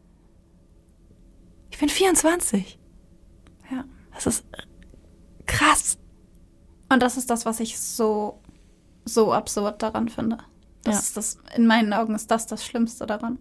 Ich bin vierundzwanzig. Ja. Das ist krass. Und das ist das, was ich so, so absurd daran finde. Das Ja. ist das, in meinen Augen ist das das Schlimmste daran.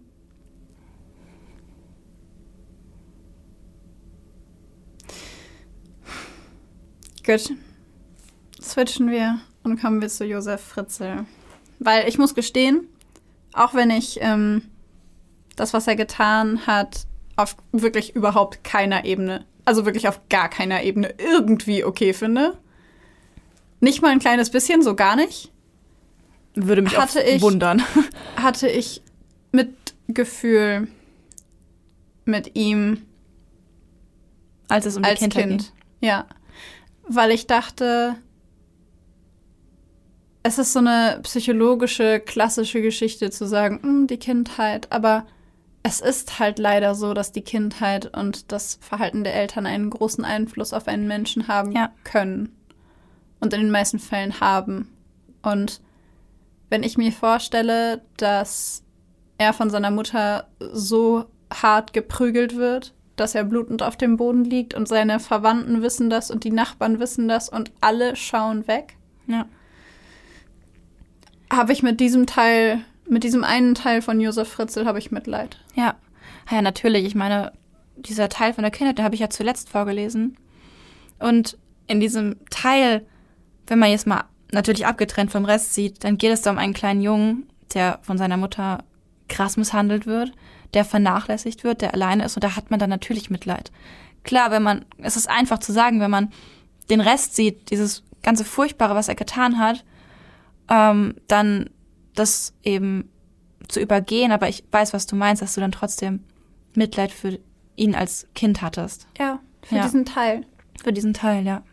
Gut. Switchen wir und kommen wir zu Josef Fritzl. Weil ich muss gestehen, auch wenn ich ähm, das, was er getan hat, auf wirklich überhaupt keiner Ebene, also wirklich auf gar keiner Ebene irgendwie okay finde. Nicht mal ein kleines bisschen, so gar nicht. Würde mich Hatte auch ich- wundern. Hatte ich Mitgefühl mit ihm Als es um die als Kindheit Kind. ging. Ja. Weil ich dachte, es ist so eine psychologische, klassische Geschichte zu sagen, "Hm, die Kindheit, aber es ist halt leider so, dass die Kindheit und das Verhalten der Eltern einen großen Einfluss auf einen Menschen haben Ja. können. Und in den meisten Fällen haben. Und wenn ich mir vorstelle, dass er von seiner Mutter so hart geprügelt wird, dass er blutend auf dem Boden liegt und seine Verwandten wissen das und die Nachbarn wissen das und alle schauen weg, Ja. habe ich mit diesem Teil, mit diesem einen Teil von Josef Fritzl habe ich Mitleid. Ja. Ja, natürlich. Ich meine, dieser Teil von der Kindheit, den habe ich ja zuletzt vorgelesen. Und in diesem Teil, wenn man jetzt mal natürlich abgetrennt vom Rest sieht, dann geht es da um einen kleinen Jungen, der von seiner Mutter krass misshandelt wird, der vernachlässigt wird, der alleine ist. Und da hat man dann natürlich Mitleid. Klar, wenn man, es ist einfach zu sagen, wenn man den Rest sieht, dieses ganze Furchtbare, was er getan hat, ähm, dann das eben zu übergehen. Aber ich weiß, was du meinst, dass du dann trotzdem Mitleid für ihn als Kind hattest. Ja, für Ja. diesen Teil. Für diesen Teil, ja.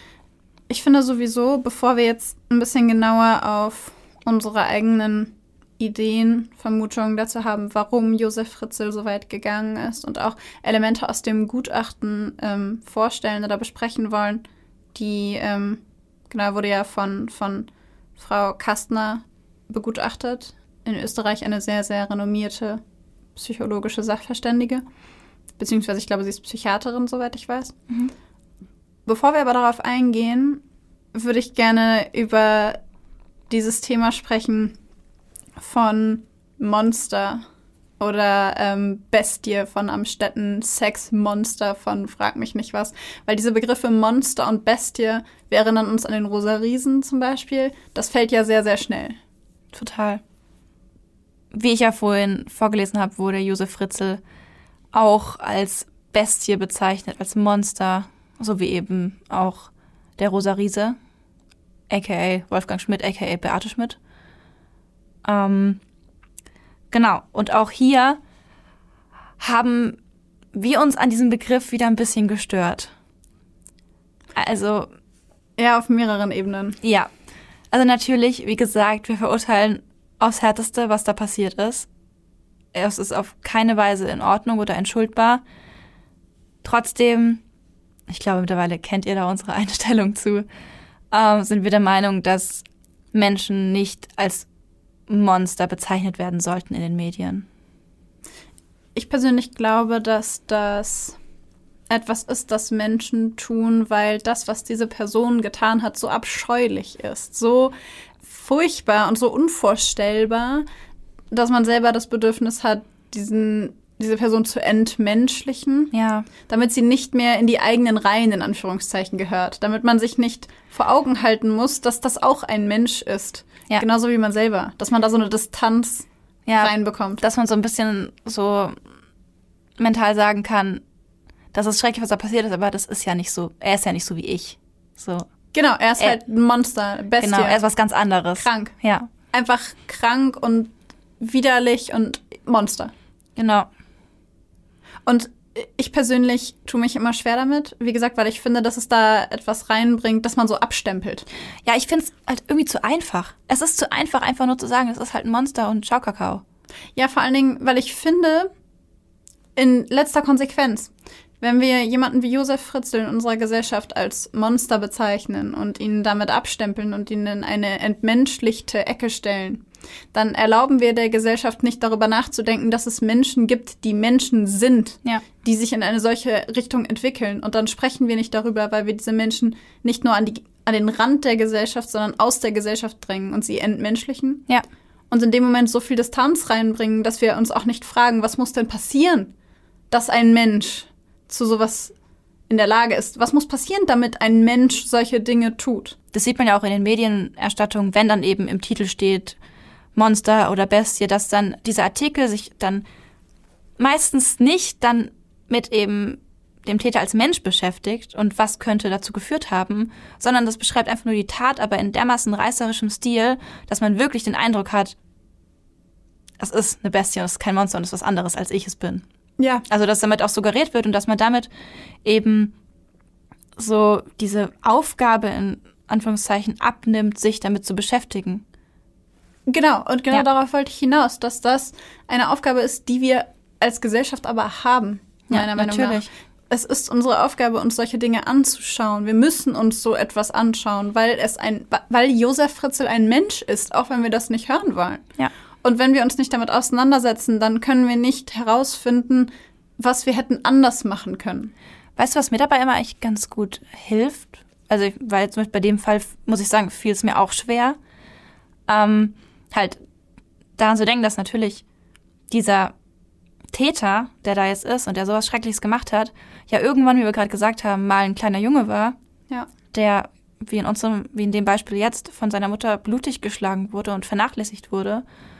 Ich finde sowieso, bevor wir jetzt ein bisschen genauer auf unsere eigenen Ideen, Vermutungen dazu haben, warum Josef Fritzl so weit gegangen ist und auch Elemente aus dem Gutachten ähm, vorstellen oder besprechen wollen. Die, ähm, genau, wurde ja von, von Frau Kastner begutachtet. In Österreich eine sehr, sehr renommierte psychologische Sachverständige. Beziehungsweise, ich glaube, sie ist Psychiaterin, soweit ich weiß. Mhm. Bevor wir aber darauf eingehen, würde ich gerne über dieses Thema sprechen von Monster oder ähm, Bestie von Amstetten, Sexmonster von Frag mich nicht was. Weil diese Begriffe Monster und Bestie, wir erinnern uns an den Rosa Riesen zum Beispiel, das fällt ja sehr, sehr schnell. Total. Wie ich ja vorhin vorgelesen habe, wurde Josef Fritzl auch als Bestie bezeichnet, als Monster, so wie eben auch der Rosa Riese, aka Wolfgang Schmidt, aka Beate Schmidt. Ähm, genau, und auch hier haben wir uns an diesem Begriff wieder ein bisschen gestört. Also, ja, auf mehreren Ebenen. Ja, also natürlich, wie gesagt, wir verurteilen aufs Härteste, was da passiert ist. Es ist auf keine Weise in Ordnung oder entschuldbar. Trotzdem, ich glaube, mittlerweile kennt ihr da unsere Einstellung zu, äh, sind wir der Meinung, dass Menschen nicht als Monster bezeichnet werden sollten in den Medien. Ich persönlich glaube, dass das etwas ist, das Menschen tun, weil das, was diese Person getan hat, so abscheulich ist, so furchtbar und so unvorstellbar, dass man selber das Bedürfnis hat, diesen, diese Person zu entmenschlichen, ja, damit sie nicht mehr in die eigenen Reihen, in Anführungszeichen, gehört. Damit man sich nicht vor Augen halten muss, dass das auch ein Mensch ist. Ja. Genauso wie man selber. Dass man da so eine Distanz ja, reinbekommt. Dass man so ein bisschen so mental sagen kann, das ist schrecklich, was da passiert ist, aber das ist ja nicht so. Er ist ja nicht so wie ich. So. Genau, er ist er, halt ein Monster, Bestie. Genau, er ist was ganz anderes. Krank. Ja. Einfach krank und widerlich und Monster. Genau. Und ich persönlich tue mich immer schwer damit, wie gesagt, weil ich finde, dass es da etwas reinbringt, dass man so abstempelt. Ja, ich finde es halt irgendwie zu einfach. Es ist zu einfach, einfach nur zu sagen, es ist halt ein Monster und Schaukakao. Ja, vor allen Dingen, weil ich finde, in letzter Konsequenz, wenn wir jemanden wie Josef Fritzl in unserer Gesellschaft als Monster bezeichnen und ihn damit abstempeln und ihn in eine entmenschlichte Ecke stellen, dann erlauben wir der Gesellschaft nicht darüber nachzudenken, dass es Menschen gibt, die Menschen sind, ja, die sich in eine solche Richtung entwickeln. Und dann sprechen wir nicht darüber, weil wir diese Menschen nicht nur an, die, an den Rand der Gesellschaft, sondern aus der Gesellschaft drängen und sie entmenschlichen. Ja. Und in dem Moment so viel Distanz reinbringen, dass wir uns auch nicht fragen, was muss denn passieren, dass ein Mensch zu sowas in der Lage ist. Was muss passieren, damit ein Mensch solche Dinge tut? Das sieht man ja auch in den Medienerstattungen, wenn dann eben im Titel steht Monster oder Bestie, dass dann dieser Artikel sich dann meistens nicht dann mit eben dem Täter als Mensch beschäftigt und was könnte dazu geführt haben, sondern das beschreibt einfach nur die Tat, aber in dermaßen reißerischem Stil, dass man wirklich den Eindruck hat, es ist eine Bestie und es ist kein Monster und es ist was anderes, als ich es bin. Ja. Also, dass damit auch suggeriert wird und dass man damit eben so diese Aufgabe in Anführungszeichen abnimmt, sich damit zu beschäftigen. Genau, und genau ja. darauf wollte ich hinaus, dass das eine Aufgabe ist, die wir als Gesellschaft aber haben, meiner ja, Meinung natürlich. nach. Es ist unsere Aufgabe, uns solche Dinge anzuschauen. Wir müssen uns so etwas anschauen, weil es ein, weil Josef Fritzl ein Mensch ist, auch wenn wir das nicht hören wollen. Ja. Und wenn wir uns nicht damit auseinandersetzen, dann können wir nicht herausfinden, was wir hätten anders machen können. Weißt du, was mir dabei immer echt ganz gut hilft? Also, weil zum Beispiel bei dem Fall, muss ich sagen, fiel es mir auch schwer, ähm, halt daran zu denken, dass natürlich dieser Täter, der da jetzt ist und der sowas Schreckliches gemacht hat, ja irgendwann, wie wir gerade gesagt haben, mal ein kleiner Junge war, ja. der, wie in unserem, wie in dem Beispiel jetzt, von seiner Mutter blutig geschlagen wurde und vernachlässigt wurde.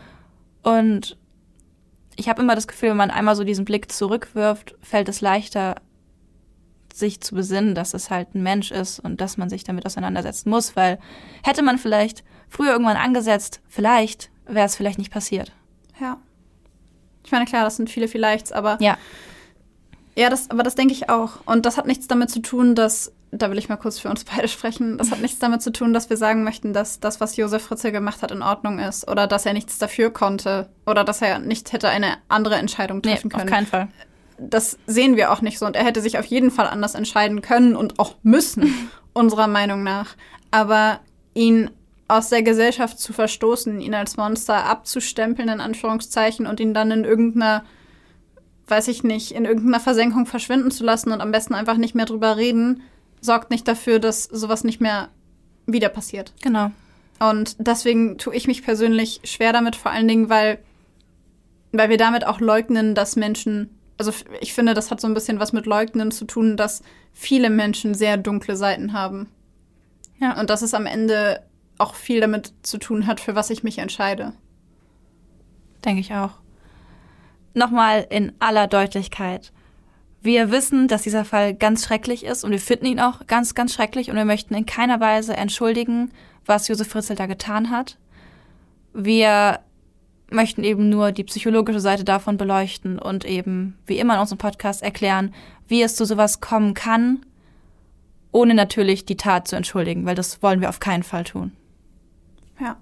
Und ich habe immer das Gefühl, wenn man einmal so diesen Blick zurückwirft, fällt es leichter, sich zu besinnen, dass es halt ein Mensch ist und dass man sich damit auseinandersetzen muss, weil hätte man vielleicht früher irgendwann angesetzt, vielleicht wäre es vielleicht nicht passiert. Ja. Ich meine, klar, das sind viele Vielleichts, aber ja. Ja, das, aber das denke ich auch. Und das hat nichts damit zu tun, dass, da will ich mal kurz für uns beide sprechen, das hat nichts damit zu tun, dass wir sagen möchten, dass das, was Josef Fritzl gemacht hat, in Ordnung ist. Oder dass er nichts dafür konnte. Oder dass er nicht hätte eine andere Entscheidung treffen nee, können. Auf keinen Fall. Das sehen wir auch nicht so. Und er hätte sich auf jeden Fall anders entscheiden können und auch müssen, unserer Meinung nach. Aber ihn aus der Gesellschaft zu verstoßen, ihn als Monster abzustempeln, in Anführungszeichen, und ihn dann in irgendeiner, weiß ich nicht, in irgendeiner Versenkung verschwinden zu lassen und am besten einfach nicht mehr drüber reden, sorgt nicht dafür, dass sowas nicht mehr wieder passiert. Genau. Und deswegen tue ich mich persönlich schwer damit, vor allen Dingen, weil, weil wir damit auch leugnen, dass Menschen, also ich finde, das hat so ein bisschen was mit Leugnen zu tun, dass viele Menschen sehr dunkle Seiten haben. Ja. Und dass es am Ende auch viel damit zu tun hat, für was ich mich entscheide. Denke ich auch. Nochmal in aller Deutlichkeit. Wir wissen, dass dieser Fall ganz schrecklich ist und wir finden ihn auch ganz, ganz schrecklich und wir möchten in keiner Weise entschuldigen, was Josef Fritzl da getan hat. Wir möchten eben nur die psychologische Seite davon beleuchten und eben, wie immer in unserem Podcast, erklären, wie es zu sowas kommen kann, ohne natürlich die Tat zu entschuldigen, weil das wollen wir auf keinen Fall tun. Ja.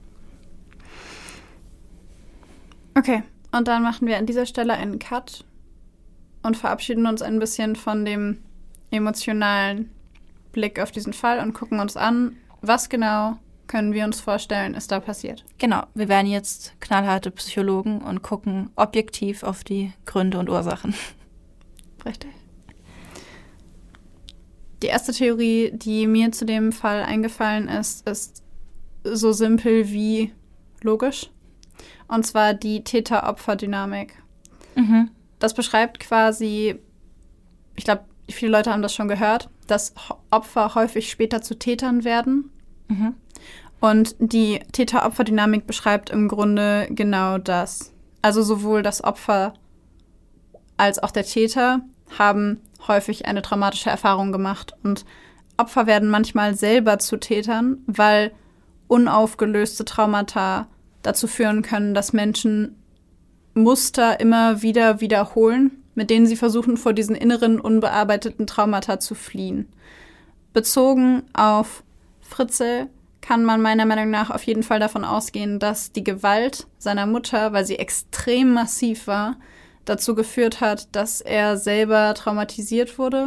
Okay, und dann machen wir an dieser Stelle einen Cut und verabschieden uns ein bisschen von dem emotionalen Blick auf diesen Fall und gucken uns an, was genau können wir uns vorstellen, ist da passiert. Genau, wir werden jetzt knallharte Psychologen und gucken objektiv auf die Gründe und Ursachen. Richtig. Die erste Theorie, die mir zu dem Fall eingefallen ist, ist so simpel wie logisch. Und zwar die Täter-Opfer-Dynamik. Mhm. Das beschreibt quasi, ich glaube, viele Leute haben das schon gehört, dass Opfer häufig später zu Tätern werden. Mhm. Und die Täter-Opfer-Dynamik beschreibt im Grunde genau das. Also sowohl das Opfer als auch der Täter haben häufig eine traumatische Erfahrung gemacht. Und Opfer werden manchmal selber zu Tätern, weil unaufgelöste Traumata dazu führen können, dass Menschen Muster immer wieder wiederholen, mit denen sie versuchen, vor diesen inneren, unbearbeiteten Traumata zu fliehen. Bezogen auf Fritzl kann man meiner Meinung nach auf jeden Fall davon ausgehen, dass die Gewalt seiner Mutter, weil sie extrem massiv war, dazu geführt hat, dass er selber traumatisiert wurde.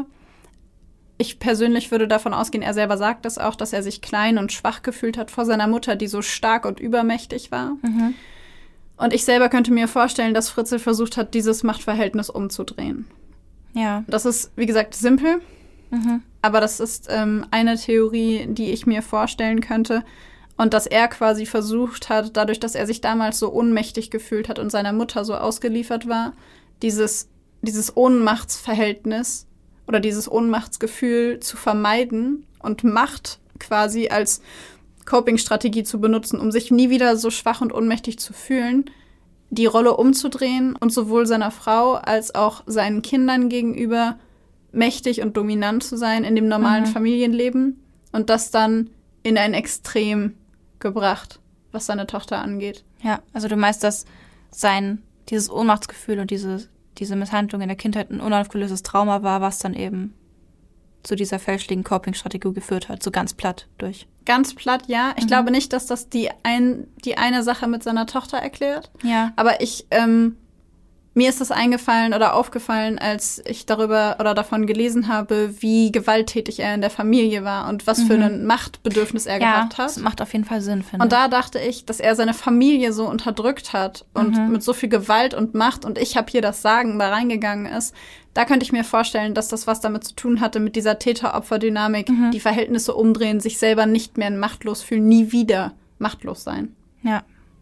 Ich persönlich würde davon ausgehen, er selber sagt das auch, dass er sich klein und schwach gefühlt hat vor seiner Mutter, die so stark und übermächtig war. Mhm. Und ich selber könnte mir vorstellen, dass Fritzl versucht hat, dieses Machtverhältnis umzudrehen. Ja. Das ist, wie gesagt, simpel, Mhm. aber das ist ähm, eine Theorie, die ich mir vorstellen könnte. Und dass er quasi versucht hat, dadurch, dass er sich damals so ohnmächtig gefühlt hat und seiner Mutter so ausgeliefert war, dieses, dieses Ohnmachtsverhältnis oder dieses Ohnmachtsgefühl zu vermeiden und Macht quasi als Coping-Strategie zu benutzen, um sich nie wieder so schwach und ohnmächtig zu fühlen, die Rolle umzudrehen und sowohl seiner Frau als auch seinen Kindern gegenüber mächtig und dominant zu sein in dem normalen Mhm. Familienleben und das dann in ein Extrem gebracht, was seine Tochter angeht. Ja, also du meinst, dass sein, dieses Ohnmachtsgefühl und diese, diese Misshandlung in der Kindheit ein unaufgelöstes Trauma war, was dann eben zu dieser fälschlichen Coping-Strategie geführt hat, so ganz platt durch. Ganz platt, ja. Ich Mhm. glaube nicht, dass das die, ein, die eine Sache mit seiner Tochter erklärt. Ja. Aber ich, ähm, mir ist das eingefallen oder aufgefallen, als ich darüber oder davon gelesen habe, wie gewalttätig er in der Familie war und was für Mhm. ein Machtbedürfnis er Ja, gehabt hat. das macht auf jeden Fall Sinn, finde Und da dachte ich, dass er seine Familie so unterdrückt hat und Mhm. mit so viel Gewalt und Macht und ich habe hier das Sagen da reingegangen ist. Da könnte ich mir vorstellen, dass das was damit zu tun hatte, mit dieser Täter-Opfer-Dynamik, Mhm. die Verhältnisse umdrehen, sich selber nicht mehr machtlos fühlen, nie wieder machtlos sein. Ja.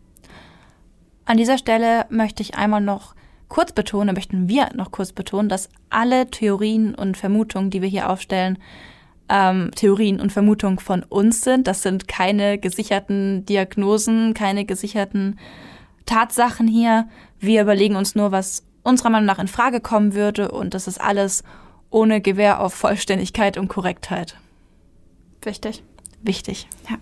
An dieser Stelle möchte ich einmal noch kurz betonen, möchten wir noch kurz betonen, dass alle Theorien und Vermutungen, die wir hier aufstellen, ähm, Theorien und Vermutungen von uns sind. Das sind keine gesicherten Diagnosen, keine gesicherten Tatsachen hier. Wir überlegen uns nur, was unserer Meinung nach in Frage kommen würde und das ist alles ohne Gewähr auf Vollständigkeit und Korrektheit. Wichtig. Wichtig. Ja.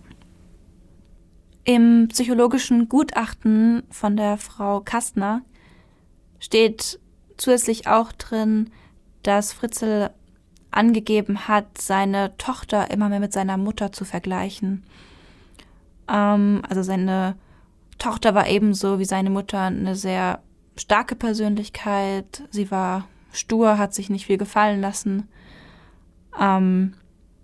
Im psychologischen Gutachten von der Frau Kastner steht zusätzlich auch drin, dass Fritzl angegeben hat, seine Tochter immer mehr mit seiner Mutter zu vergleichen. Ähm, also seine Tochter war ebenso wie seine Mutter eine sehr starke Persönlichkeit. Sie war stur, hat sich nicht viel gefallen lassen, ähm,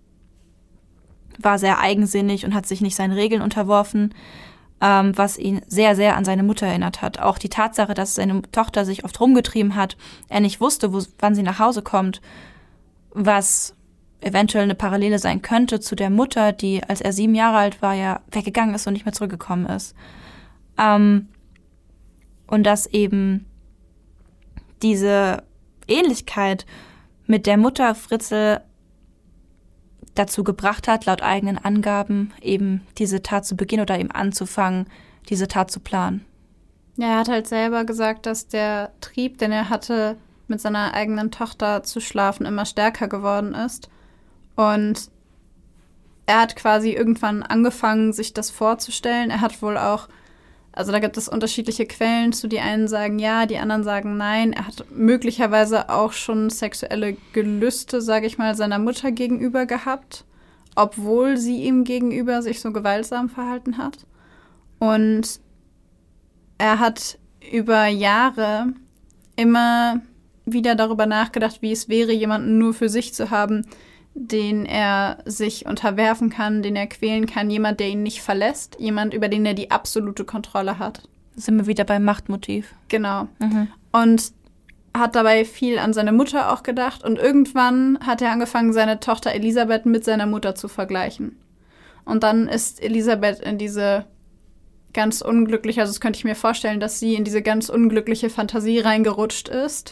war sehr eigensinnig und hat sich nicht seinen Regeln unterworfen, ähm, was ihn sehr, sehr an seine Mutter erinnert hat. Auch die Tatsache, dass seine Tochter sich oft rumgetrieben hat, er nicht wusste, wo, wann sie nach Hause kommt, was eventuell eine Parallele sein könnte zu der Mutter, die, als er sieben Jahre alt war, ja weggegangen ist und nicht mehr zurückgekommen ist. Ähm, und dass eben diese Ähnlichkeit mit der Mutter Fritzl dazu gebracht hat, laut eigenen Angaben eben diese Tat zu begehen oder eben anzufangen, diese Tat zu planen. Ja, er hat halt selber gesagt, dass der Trieb, den er hatte, mit seiner eigenen Tochter zu schlafen, immer stärker geworden ist. Und er hat quasi irgendwann angefangen, sich das vorzustellen. Er hat wohl auch, also da gibt es unterschiedliche Quellen zu, die einen sagen ja, die anderen sagen nein. Er hat möglicherweise auch schon sexuelle Gelüste, sage ich mal, seiner Mutter gegenüber gehabt, obwohl sie ihm gegenüber sich so gewaltsam verhalten hat. Und er hat über Jahre immer wieder darüber nachgedacht, wie es wäre, jemanden nur für sich zu haben, den er sich unterwerfen kann, den er quälen kann, jemand, der ihn nicht verlässt, jemand, über den er die absolute Kontrolle hat. Da sind wir wieder beim Machtmotiv. Genau. Mhm. Und hat dabei viel an seine Mutter auch gedacht und irgendwann hat er angefangen, seine Tochter Elisabeth mit seiner Mutter zu vergleichen. Und dann ist Elisabeth in diese ganz unglückliche, also das könnte ich mir vorstellen, dass sie in diese ganz unglückliche Fantasie reingerutscht ist.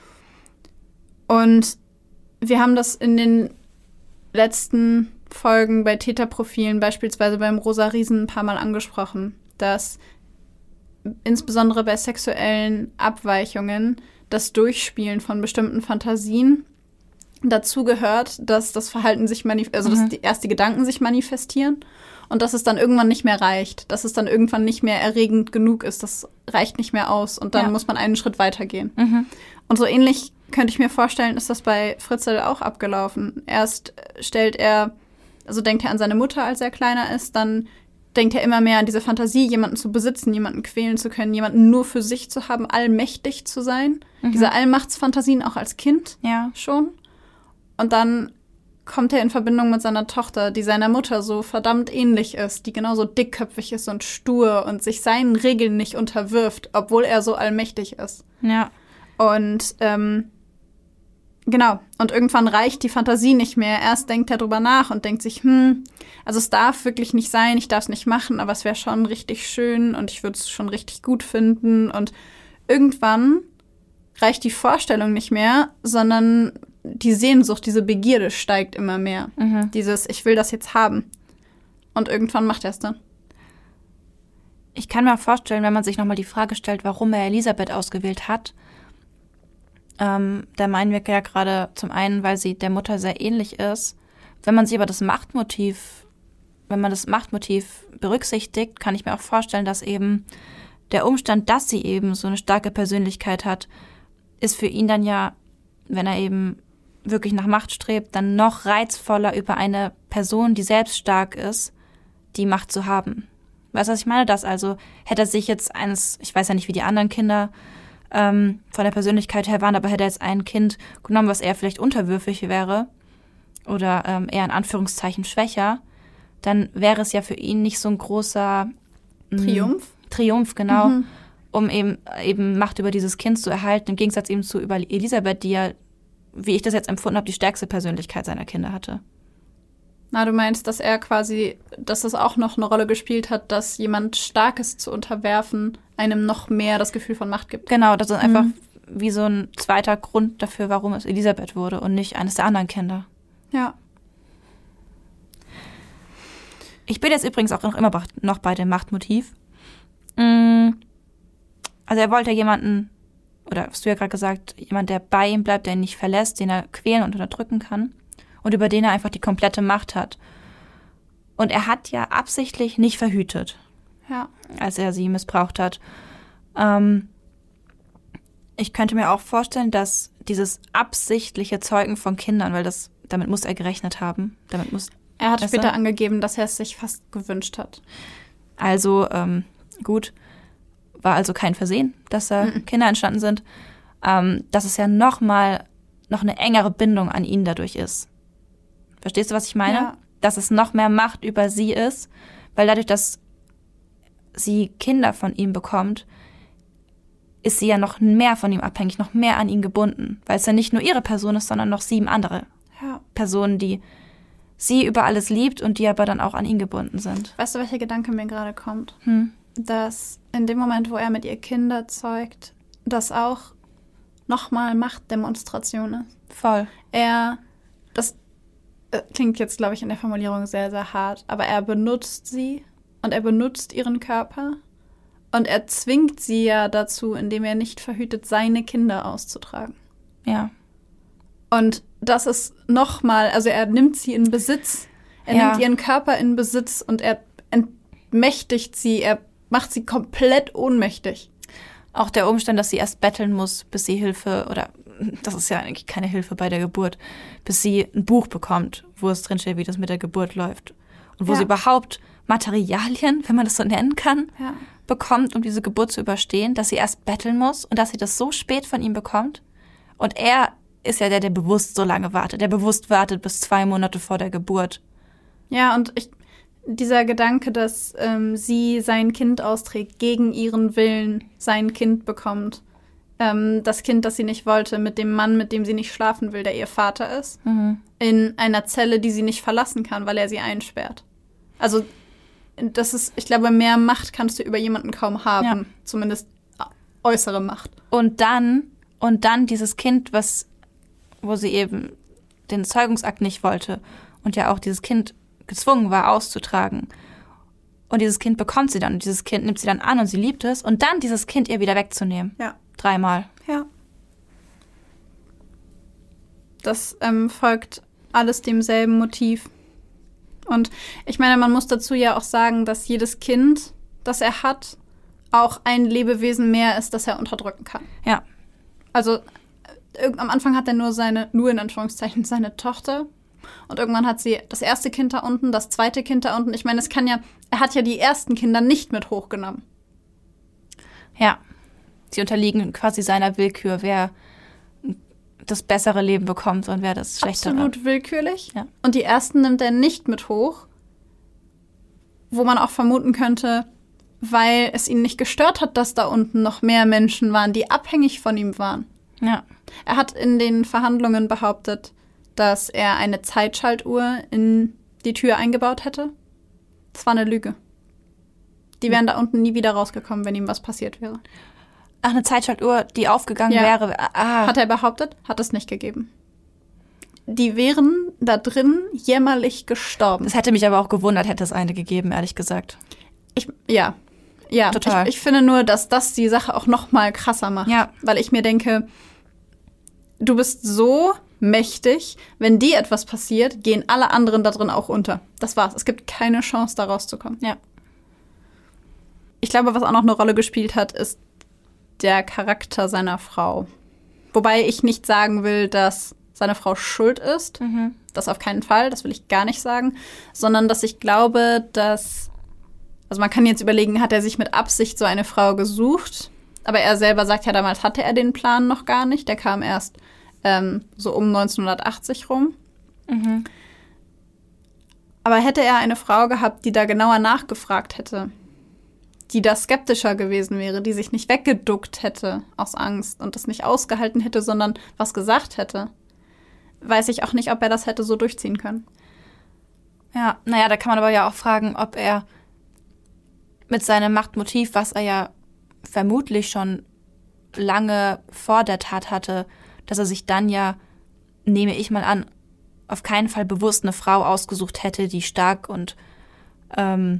Und wir haben das in den letzten Folgen bei Täterprofilen, beispielsweise beim Rosa Riesen, ein paar Mal angesprochen, dass insbesondere bei sexuellen Abweichungen das Durchspielen von bestimmten Fantasien dazu gehört, dass das Verhalten sich manif- also mhm. dass die, erst die Gedanken sich manifestieren und dass es dann irgendwann nicht mehr reicht, dass es dann irgendwann nicht mehr erregend genug ist, das reicht nicht mehr aus und dann ja. muss man einen Schritt weitergehen. Mhm. Und so ähnlich könnte ich mir vorstellen, ist das bei Fritzl auch abgelaufen. Erst stellt er, also denkt er an seine Mutter, als er kleiner ist, dann denkt er immer mehr an diese Fantasie, jemanden zu besitzen, jemanden quälen zu können, jemanden nur für sich zu haben, allmächtig zu sein. Mhm. Diese Allmachtsfantasien auch als Kind ja. schon. Und dann kommt er in Verbindung mit seiner Tochter, die seiner Mutter so verdammt ähnlich ist, die genauso dickköpfig ist und stur und sich seinen Regeln nicht unterwirft, obwohl er so allmächtig ist. Ja. Und ähm, genau, und irgendwann reicht die Fantasie nicht mehr. Erst denkt er drüber nach und denkt sich, hm, also es darf wirklich nicht sein, ich darf es nicht machen, aber es wäre schon richtig schön und ich würde es schon richtig gut finden. Und irgendwann reicht die Vorstellung nicht mehr, sondern die Sehnsucht, diese Begierde steigt immer mehr. Mhm. Dieses, ich will das jetzt haben. Und irgendwann macht er es dann. Ich kann mir auch vorstellen, wenn man sich nochmal die Frage stellt, warum er Elisabeth ausgewählt hat, ähm, da meinen wir ja gerade zum einen, weil sie der Mutter sehr ähnlich ist. Wenn man sich aber das Machtmotiv, wenn man das Machtmotiv berücksichtigt, kann ich mir auch vorstellen, dass eben der Umstand, dass sie eben so eine starke Persönlichkeit hat, ist für ihn dann ja, wenn er eben wirklich nach Macht strebt, dann noch reizvoller, über eine Person, die selbst stark ist, die Macht zu haben. Weißt du, was ich meine? Das also, hätte er sich jetzt eines, ich weiß ja nicht, wie die anderen Kinder ähm, von der Persönlichkeit her waren, aber hätte er jetzt ein Kind genommen, was eher vielleicht unterwürfig wäre oder ähm, eher in Anführungszeichen schwächer, dann wäre es ja für ihn nicht so ein großer mh, Triumph. Triumph, genau, Mhm. um eben, eben Macht über dieses Kind zu erhalten, im Gegensatz eben zu über Elisabeth, die ja, wie ich das jetzt empfunden habe, die stärkste Persönlichkeit seiner Kinder hatte. Na, du meinst, dass er quasi, dass das auch noch eine Rolle gespielt hat, dass jemand Starkes zu unterwerfen einem noch mehr das Gefühl von Macht gibt. Genau, das ist einfach Mhm. wie so ein zweiter Grund dafür, warum es Elisabeth wurde und nicht eines der anderen Kinder. Ja. Ich bin jetzt übrigens auch noch immer noch bei dem Machtmotiv. Also er wollte jemanden, oder hast du ja gerade gesagt, jemand, der bei ihm bleibt, der ihn nicht verlässt, den er quälen und unterdrücken kann und über den er einfach die komplette Macht hat. Und er hat ja absichtlich nicht verhütet, Ja. als er sie missbraucht hat. Ähm, Ich könnte mir auch vorstellen, dass dieses absichtliche Zeugen von Kindern, weil das damit muss er gerechnet haben. Damit muss Er hat weißt später du? angegeben, dass er es sich fast gewünscht hat. Also, ähm, gut, war also kein Versehen, dass da Mhm. Kinder entstanden sind. Ähm, dass es ja noch mal noch eine engere Bindung an ihn dadurch ist. Verstehst du, was ich meine? Ja. Dass es noch mehr Macht über sie ist, weil dadurch, dass sie Kinder von ihm bekommt, ist sie ja noch mehr von ihm abhängig, noch mehr an ihn gebunden. Weil es ja nicht nur ihre Person ist, sondern noch sieben andere Ja. Personen, die sie über alles liebt und die aber dann auch an ihn gebunden sind. Weißt du, welcher Gedanke mir gerade kommt? Hm. Dass in dem Moment, wo er mit ihr Kinder zeugt, das auch nochmal Machtdemonstration ist. Voll. Er, das äh, klingt jetzt, glaube ich, in der Formulierung sehr, sehr hart, aber er benutzt sie und er benutzt ihren Körper und er zwingt sie ja dazu, indem er nicht verhütet, seine Kinder auszutragen. Ja. Und das ist nochmal, also er nimmt sie in Besitz, er Ja. nimmt ihren Körper in Besitz und er entmächtigt sie, er macht sie komplett ohnmächtig. Auch der Umstand, dass sie erst betteln muss, bis sie Hilfe, oder das ist ja eigentlich keine Hilfe bei der Geburt, bis sie ein Buch bekommt, wo es drinsteht, wie das mit der Geburt läuft. Und wo Ja. sie überhaupt Materialien, wenn man das so nennen kann, Ja. bekommt, um diese Geburt zu überstehen, dass sie erst betteln muss und dass sie das so spät von ihm bekommt. Und er ist ja der, der bewusst so lange wartet, der bewusst wartet bis zwei Monate vor der Geburt. Ja, und ich, dieser Gedanke, dass ähm, sie sein Kind austrägt, gegen ihren Willen sein Kind bekommt. Ähm, das Kind, das sie nicht wollte, mit dem Mann, mit dem sie nicht schlafen will, der ihr Vater ist. Mhm. In einer Zelle, die sie nicht verlassen kann, weil er sie einsperrt. Also, das ist, ich glaube, mehr Macht kannst du über jemanden kaum haben. Ja. Zumindest äußere Macht. Und dann, und dann dieses Kind, was, wo sie eben den Zeugungsakt nicht wollte und ja auch dieses Kind gezwungen war, auszutragen. Und dieses Kind bekommt sie dann und dieses Kind nimmt sie dann an und sie liebt es und dann dieses Kind ihr wieder wegzunehmen. Ja. Dreimal. Ja. Das ähm, folgt alles demselben Motiv. Und ich meine, man muss dazu ja auch sagen, dass jedes Kind, das er hat, auch ein Lebewesen mehr ist, das er unterdrücken kann. Ja. Also äh, am Anfang hat er nur seine, nur in Anführungszeichen, seine Tochter. Und irgendwann hat sie das erste Kind da unten, das zweite Kind da unten. Ich meine, es kann ja, er hat ja die ersten Kinder nicht mit hochgenommen. Ja. Sie unterliegen quasi seiner Willkür, wer das bessere Leben bekommt und wer das schlechtere. Absolut willkürlich. Ja. Und die ersten nimmt er nicht mit hoch, wo man auch vermuten könnte, weil es ihn nicht gestört hat, dass da unten noch mehr Menschen waren, die abhängig von ihm waren. Ja. Er hat in den Verhandlungen behauptet, dass er eine Zeitschaltuhr in die Tür eingebaut hätte. Das war eine Lüge. Die wären da unten nie wieder rausgekommen, wenn ihm was passiert wäre. Ach, eine Zeitschaltuhr, die aufgegangen Ja. wäre. Ah. Hat er behauptet, hat es nicht gegeben. Die wären da drin jämmerlich gestorben. Das hätte mich aber auch gewundert, hätte es eine gegeben, ehrlich gesagt. Ich, ja, ja. Total. Ich, ich finde nur, dass das die Sache auch noch mal krasser macht. Ja. Weil ich mir denke, du bist so mächtig, wenn dir etwas passiert, gehen alle anderen da drin auch unter. Das war's. Es gibt keine Chance, da rauszukommen. Ja. Ich glaube, was auch noch eine Rolle gespielt hat, ist der Charakter seiner Frau. Wobei ich nicht sagen will, dass seine Frau schuld ist. Mhm. Das auf keinen Fall, das will ich gar nicht sagen. Sondern, dass ich glaube, dass, also man kann jetzt überlegen, hat er sich mit Absicht so eine Frau gesucht? Aber er selber sagt ja, damals hatte er den Plan noch gar nicht. Der kam erst ähm, so um neunzehnhundertachtzig rum. Mhm. Aber hätte er eine Frau gehabt, die da genauer nachgefragt hätte, die da skeptischer gewesen wäre, die sich nicht weggeduckt hätte aus Angst und das nicht ausgehalten hätte, sondern was gesagt hätte, weiß ich auch nicht, ob er das hätte so durchziehen können. Ja, naja, da kann man aber ja auch fragen, ob er mit seinem Machtmotiv, was er ja vermutlich schon lange vor der Tat hatte, dass er sich dann ja, nehme ich mal an, auf keinen Fall bewusst eine Frau ausgesucht hätte, die stark und ähm,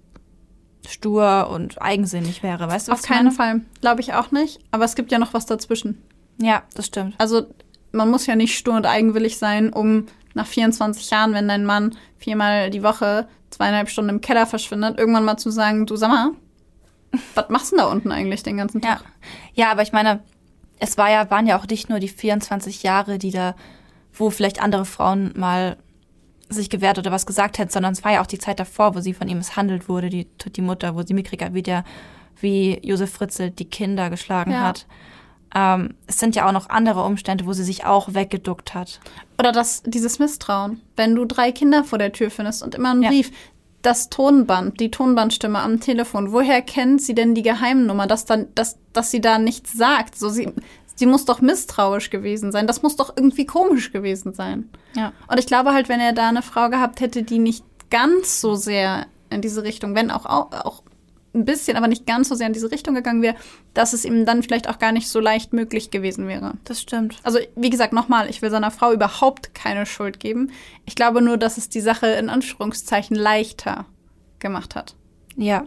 stur und eigensinnig wäre. Weißt du, was Auf ich keinen meine? Fall, glaube ich auch nicht. Aber es gibt ja noch was dazwischen. Ja, das stimmt. Also man muss ja nicht stur und eigenwillig sein, um nach vierundzwanzig Jahren, wenn dein Mann viermal die Woche zweieinhalb Stunden im Keller verschwindet, irgendwann mal zu sagen, du sag mal, was machst du denn da unten eigentlich den ganzen Ja. Tag? Ja, aber ich meine, es war ja, waren ja auch nicht nur die vierundzwanzig Jahre, die da, wo vielleicht andere Frauen mal sich gewehrt oder was gesagt hätten, sondern es war ja auch die Zeit davor, wo sie von ihm misshandelt wurde, die, die Mutter, wo sie mitkriegt hat, wie der, wie Josef Fritzl die Kinder geschlagen Ja. hat. Ähm, es sind ja auch noch andere Umstände, wo sie sich auch weggeduckt hat. Oder das, dieses Misstrauen. Wenn du drei Kinder vor der Tür findest und immer einen Ja. Brief, das Tonband, die Tonbandstimme am Telefon, woher kennt sie denn die Geheimnummer, dass, dann, dass, dass sie da nichts sagt? So, sie, sie muss doch misstrauisch gewesen sein. Das muss doch irgendwie komisch gewesen sein. Ja. Und ich glaube halt, wenn er da eine Frau gehabt hätte, die nicht ganz so sehr in diese Richtung, wenn auch, auch, auch ein bisschen, aber nicht ganz so sehr in diese Richtung gegangen wäre, dass es ihm dann vielleicht auch gar nicht so leicht möglich gewesen wäre. Das stimmt. Also, wie gesagt, nochmal, ich will seiner Frau überhaupt keine Schuld geben. Ich glaube nur, dass es die Sache in Anführungszeichen leichter gemacht hat. Ja.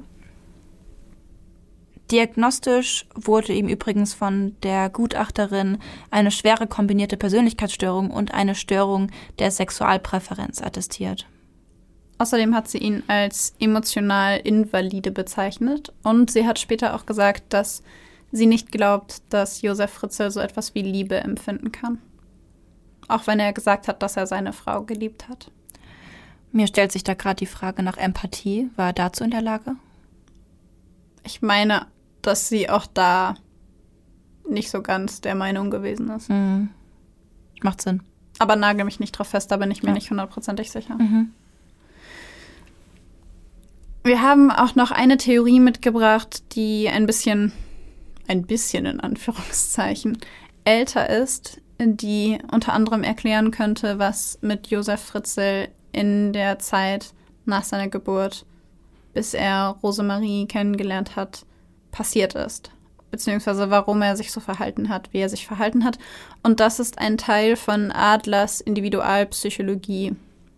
Diagnostisch wurde ihm übrigens von der Gutachterin eine schwere kombinierte Persönlichkeitsstörung und eine Störung der Sexualpräferenz attestiert. Außerdem hat sie ihn als emotional invalide bezeichnet und sie hat später auch gesagt, dass sie nicht glaubt, dass Josef Fritzl so etwas wie Liebe empfinden kann. Auch wenn er gesagt hat, dass er seine Frau geliebt hat. Mir stellt sich da gerade die Frage nach Empathie. War er dazu in der Lage? Ich meine, dass sie auch da nicht so ganz der Meinung gewesen ist. Mhm. Macht Sinn. Aber nagel mich nicht drauf fest, da bin ich mir Ja. nicht hundertprozentig sicher. Mhm. Wir haben auch noch eine Theorie mitgebracht, die ein bisschen, ein bisschen in Anführungszeichen, älter ist, die unter anderem erklären könnte, was mit Josef Fritzl in der Zeit nach seiner Geburt, bis er Rosemarie kennengelernt hat, passiert ist. Beziehungsweise warum er sich so verhalten hat, wie er sich verhalten hat. Und das ist ein Teil von Adlers Individualpsychologie.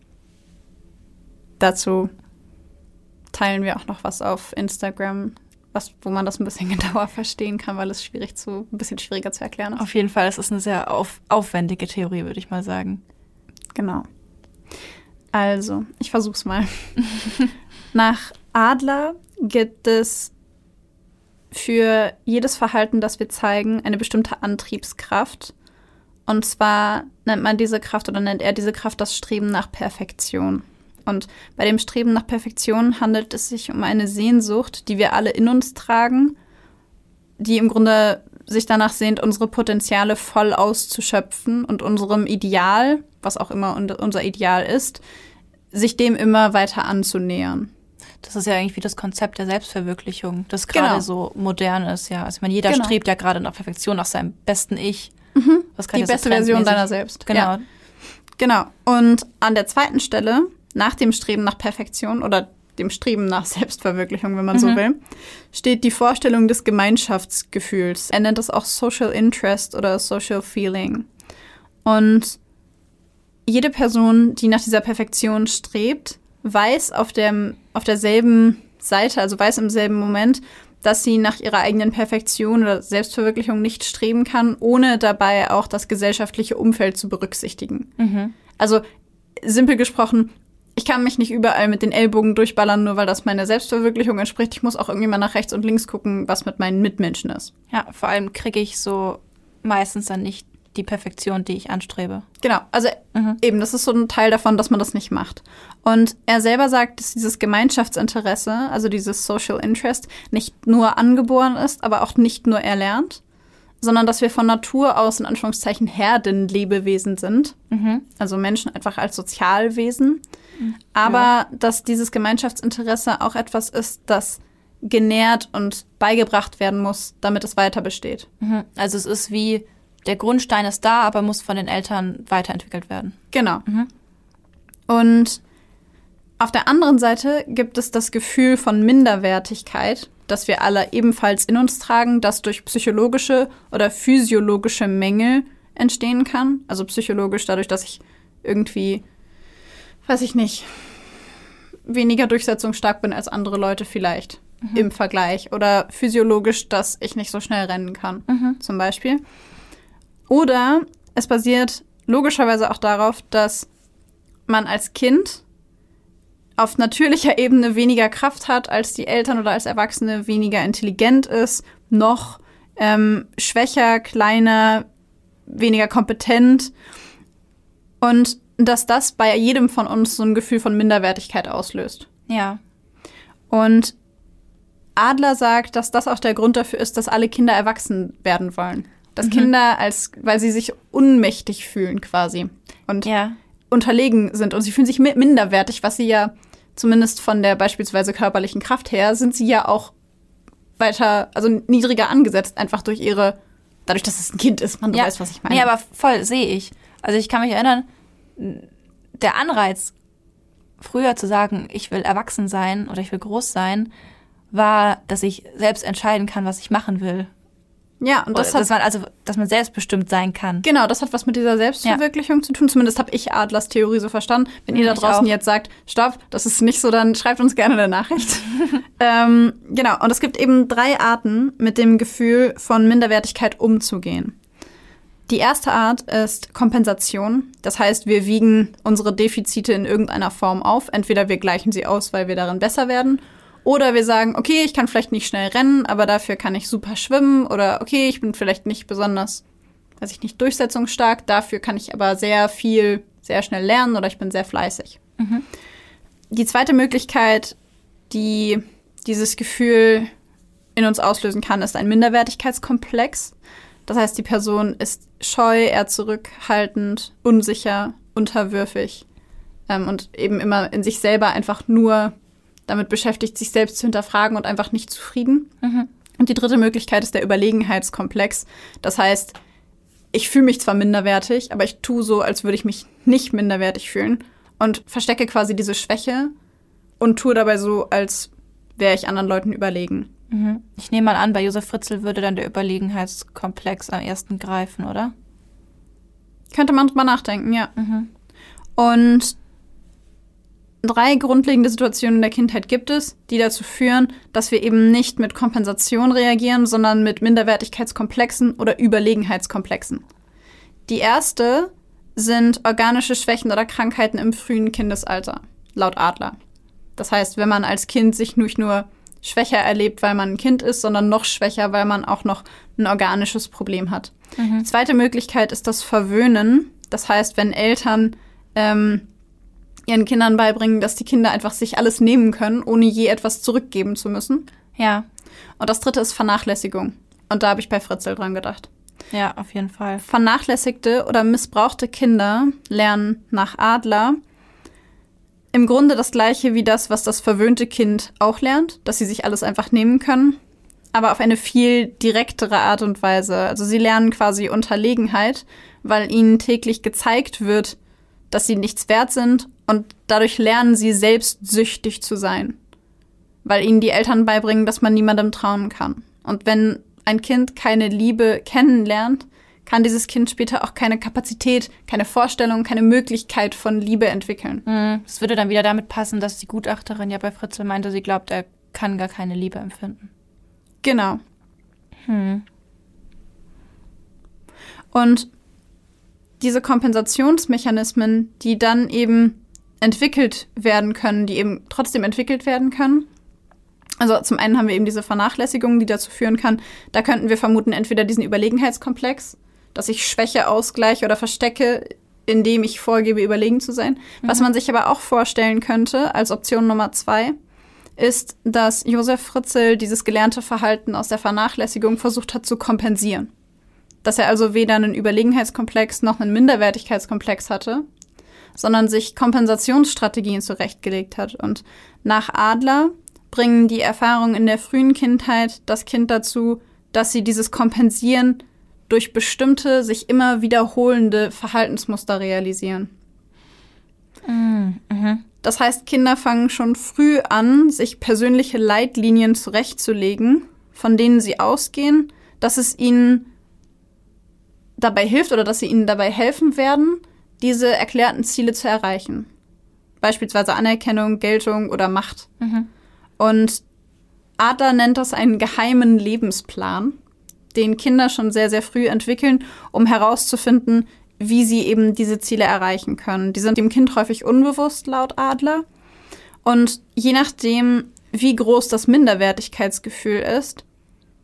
Dazu teilen wir auch noch was auf Instagram, was, wo man das ein bisschen genauer verstehen kann, weil es schwierig zu, ein bisschen schwieriger zu erklären ist. Auf jeden Fall, es ist eine sehr auf, aufwendige Theorie, würde ich mal sagen. Genau. Also, ich versuch's mal. Nach Adler gibt es für jedes Verhalten, das wir zeigen, eine bestimmte Antriebskraft. Und zwar nennt man diese Kraft oder nennt er diese Kraft das Streben nach Perfektion. Und bei dem Streben nach Perfektion handelt es sich um eine Sehnsucht, die wir alle in uns tragen, die im Grunde sich danach sehnt, unsere Potenziale voll auszuschöpfen und unserem Ideal, was auch immer unser Ideal ist, sich dem immer weiter anzunähern. Das ist ja irgendwie das Konzept der Selbstverwirklichung, das gerade Genau. so modern ist. Ja, also ich meine, jeder Genau. strebt ja gerade nach Perfektion, nach seinem besten Ich. Mhm. Was Die ja so beste Version trendmäßig- deiner selbst. Genau. Ja. Genau. Und an der zweiten Stelle, nach dem Streben nach Perfektion oder dem Streben nach Selbstverwirklichung, wenn man so Mhm. will, steht die Vorstellung des Gemeinschaftsgefühls. Er nennt das auch Social Interest oder Social Feeling. Und jede Person, die nach dieser Perfektion strebt, weiß auf dem, auf derselben Seite, also weiß im selben Moment, dass sie nach ihrer eigenen Perfektion oder Selbstverwirklichung nicht streben kann, ohne dabei auch das gesellschaftliche Umfeld zu berücksichtigen. Mhm. Also simpel gesprochen, ich kann mich nicht überall mit den Ellbogen durchballern, nur weil das meiner Selbstverwirklichung entspricht. Ich muss auch irgendwie mal nach rechts und links gucken, was mit meinen Mitmenschen ist. Ja, vor allem kriege ich so meistens dann nicht die Perfektion, die ich anstrebe. Genau, also Mhm. eben, das ist so ein Teil davon, dass man das nicht macht. Und er selber sagt, dass dieses Gemeinschaftsinteresse, also dieses Social Interest, nicht nur angeboren ist, aber auch nicht nur erlernt, sondern dass wir von Natur aus in Anführungszeichen Herdenlebewesen sind. Mhm. Also Menschen einfach als Sozialwesen. Aber Ja. dass dieses Gemeinschaftsinteresse auch etwas ist, das genährt und beigebracht werden muss, damit es weiter besteht. Mhm. Also es ist wie, der Grundstein ist da, aber muss von den Eltern weiterentwickelt werden. Genau. Mhm. Und auf der anderen Seite gibt es das Gefühl von Minderwertigkeit, das wir alle ebenfalls in uns tragen, das durch psychologische oder physiologische Mängel entstehen kann. Also psychologisch dadurch, dass ich irgendwie, weiß ich nicht, weniger durchsetzungsstark bin als andere Leute vielleicht Mhm. im Vergleich. Oder physiologisch, dass ich nicht so schnell rennen kann, Mhm. zum Beispiel. Oder es basiert logischerweise auch darauf, dass man als Kind auf natürlicher Ebene weniger Kraft hat als die Eltern oder als Erwachsene, weniger intelligent ist, noch ähm, schwächer, kleiner, weniger kompetent. Und dass das bei jedem von uns so ein Gefühl von Minderwertigkeit auslöst. Ja. Und Adler sagt, dass das auch der Grund dafür ist, dass alle Kinder erwachsen werden wollen. Dass mhm. Kinder, als, weil sie sich unmächtig fühlen quasi und ja. unterlegen sind. Und sie fühlen sich minderwertig, was sie ja zumindest von der beispielsweise körperlichen Kraft her, sind sie ja auch weiter, also niedriger angesetzt, einfach durch ihre, dadurch, dass es ein Kind ist. Man, du ja. weißt, was ich meine. Nee, aber voll, sehe ich. Also ich kann mich erinnern, der Anreiz, früher zu sagen, ich will erwachsen sein oder ich will groß sein, war, dass ich selbst entscheiden kann, was ich machen will. Ja, und das oder, hat, dass man also, dass man selbstbestimmt sein kann. Genau, das hat was mit dieser Selbstverwirklichung ja. zu tun. Zumindest habe ich Adlers Theorie so verstanden. Wenn ihr da draußen jetzt sagt, stopp, das ist nicht so, dann schreibt uns gerne eine Nachricht. ähm, genau, und es gibt eben drei Arten, mit dem Gefühl von Minderwertigkeit umzugehen. Die erste Art ist Kompensation. Das heißt, wir wiegen unsere Defizite in irgendeiner Form auf. Entweder wir gleichen sie aus, weil wir darin besser werden. Oder wir sagen, okay, ich kann vielleicht nicht schnell rennen, aber dafür kann ich super schwimmen. Oder okay, ich bin vielleicht nicht besonders, weiß ich nicht, durchsetzungsstark. Dafür kann ich aber sehr viel, sehr schnell lernen oder ich bin sehr fleißig. Mhm. Die zweite Möglichkeit, die dieses Gefühl in uns auslösen kann, ist ein Minderwertigkeitskomplex. Das heißt, die Person ist scheu, eher zurückhaltend, unsicher, unterwürfig ähm, und eben immer in sich selber einfach nur damit beschäftigt, sich selbst zu hinterfragen und einfach nicht zufrieden. Mhm. Und die dritte Möglichkeit ist der Überlegenheitskomplex. Das heißt, ich fühle mich zwar minderwertig, aber ich tue so, als würde ich mich nicht minderwertig fühlen und verstecke quasi diese Schwäche und tue dabei so, als wäre ich anderen Leuten überlegen. Mhm. Ich nehme mal an, bei Josef Fritzl würde dann der Überlegenheitskomplex am ersten greifen, oder? Könnte man drüber nachdenken, ja. Mhm. Und drei grundlegende Situationen in der Kindheit gibt es, die dazu führen, dass wir eben nicht mit Kompensation reagieren, sondern mit Minderwertigkeitskomplexen oder Überlegenheitskomplexen. Die erste sind organische Schwächen oder Krankheiten im frühen Kindesalter, laut Adler. Das heißt, wenn man als Kind sich nicht nur schwächer erlebt, weil man ein Kind ist, sondern noch schwächer, weil man auch noch ein organisches Problem hat. Mhm. Die zweite Möglichkeit ist das Verwöhnen. Das heißt, wenn Eltern ähm, ihren Kindern beibringen, dass die Kinder einfach sich alles nehmen können, ohne je etwas zurückgeben zu müssen. Ja. Und das dritte ist Vernachlässigung. Und da habe ich bei Fritzl dran gedacht. Ja, auf jeden Fall. Vernachlässigte oder missbrauchte Kinder lernen nach Adler im Grunde das Gleiche wie das, was das verwöhnte Kind auch lernt, dass sie sich alles einfach nehmen können, aber auf eine viel direktere Art und Weise. Also sie lernen quasi Unterlegenheit, weil ihnen täglich gezeigt wird, dass sie nichts wert sind und dadurch lernen sie selbstsüchtig zu sein, weil ihnen die Eltern beibringen, dass man niemandem trauen kann. Und wenn ein Kind keine Liebe kennenlernt, kann dieses Kind später auch keine Kapazität, keine Vorstellung, keine Möglichkeit von Liebe entwickeln. Das würde dann wieder damit passen, dass die Gutachterin ja bei Fritzl meinte, sie glaubt, er kann gar keine Liebe empfinden. Genau. Hm. Und diese Kompensationsmechanismen, die dann eben entwickelt werden können, die eben trotzdem entwickelt werden können. Also zum einen haben wir eben diese Vernachlässigung, die dazu führen kann, da könnten wir vermuten, entweder diesen Überlegenheitskomplex, dass ich Schwäche ausgleiche oder verstecke, indem ich vorgebe, überlegen zu sein. Mhm. Was man sich aber auch vorstellen könnte, als Option Nummer zwei, ist, dass Josef Fritzl dieses gelernte Verhalten aus der Vernachlässigung versucht hat zu kompensieren. Dass er also weder einen Überlegenheitskomplex noch einen Minderwertigkeitskomplex hatte, sondern sich Kompensationsstrategien zurechtgelegt hat. Und nach Adler bringen die Erfahrungen in der frühen Kindheit das Kind dazu, dass sie dieses Kompensieren durch bestimmte, sich immer wiederholende Verhaltensmuster realisieren. Mhm. Das heißt, Kinder fangen schon früh an, sich persönliche Leitlinien zurechtzulegen, von denen sie ausgehen, dass es ihnen dabei hilft oder dass sie ihnen dabei helfen werden, diese erklärten Ziele zu erreichen. Beispielsweise Anerkennung, Geltung oder Macht. Mhm. Und Adler nennt das einen geheimen Lebensplan, den Kinder schon sehr, sehr früh entwickeln, um herauszufinden, wie sie eben diese Ziele erreichen können. Die sind dem Kind häufig unbewusst, laut Adler. Und je nachdem, wie groß das Minderwertigkeitsgefühl ist,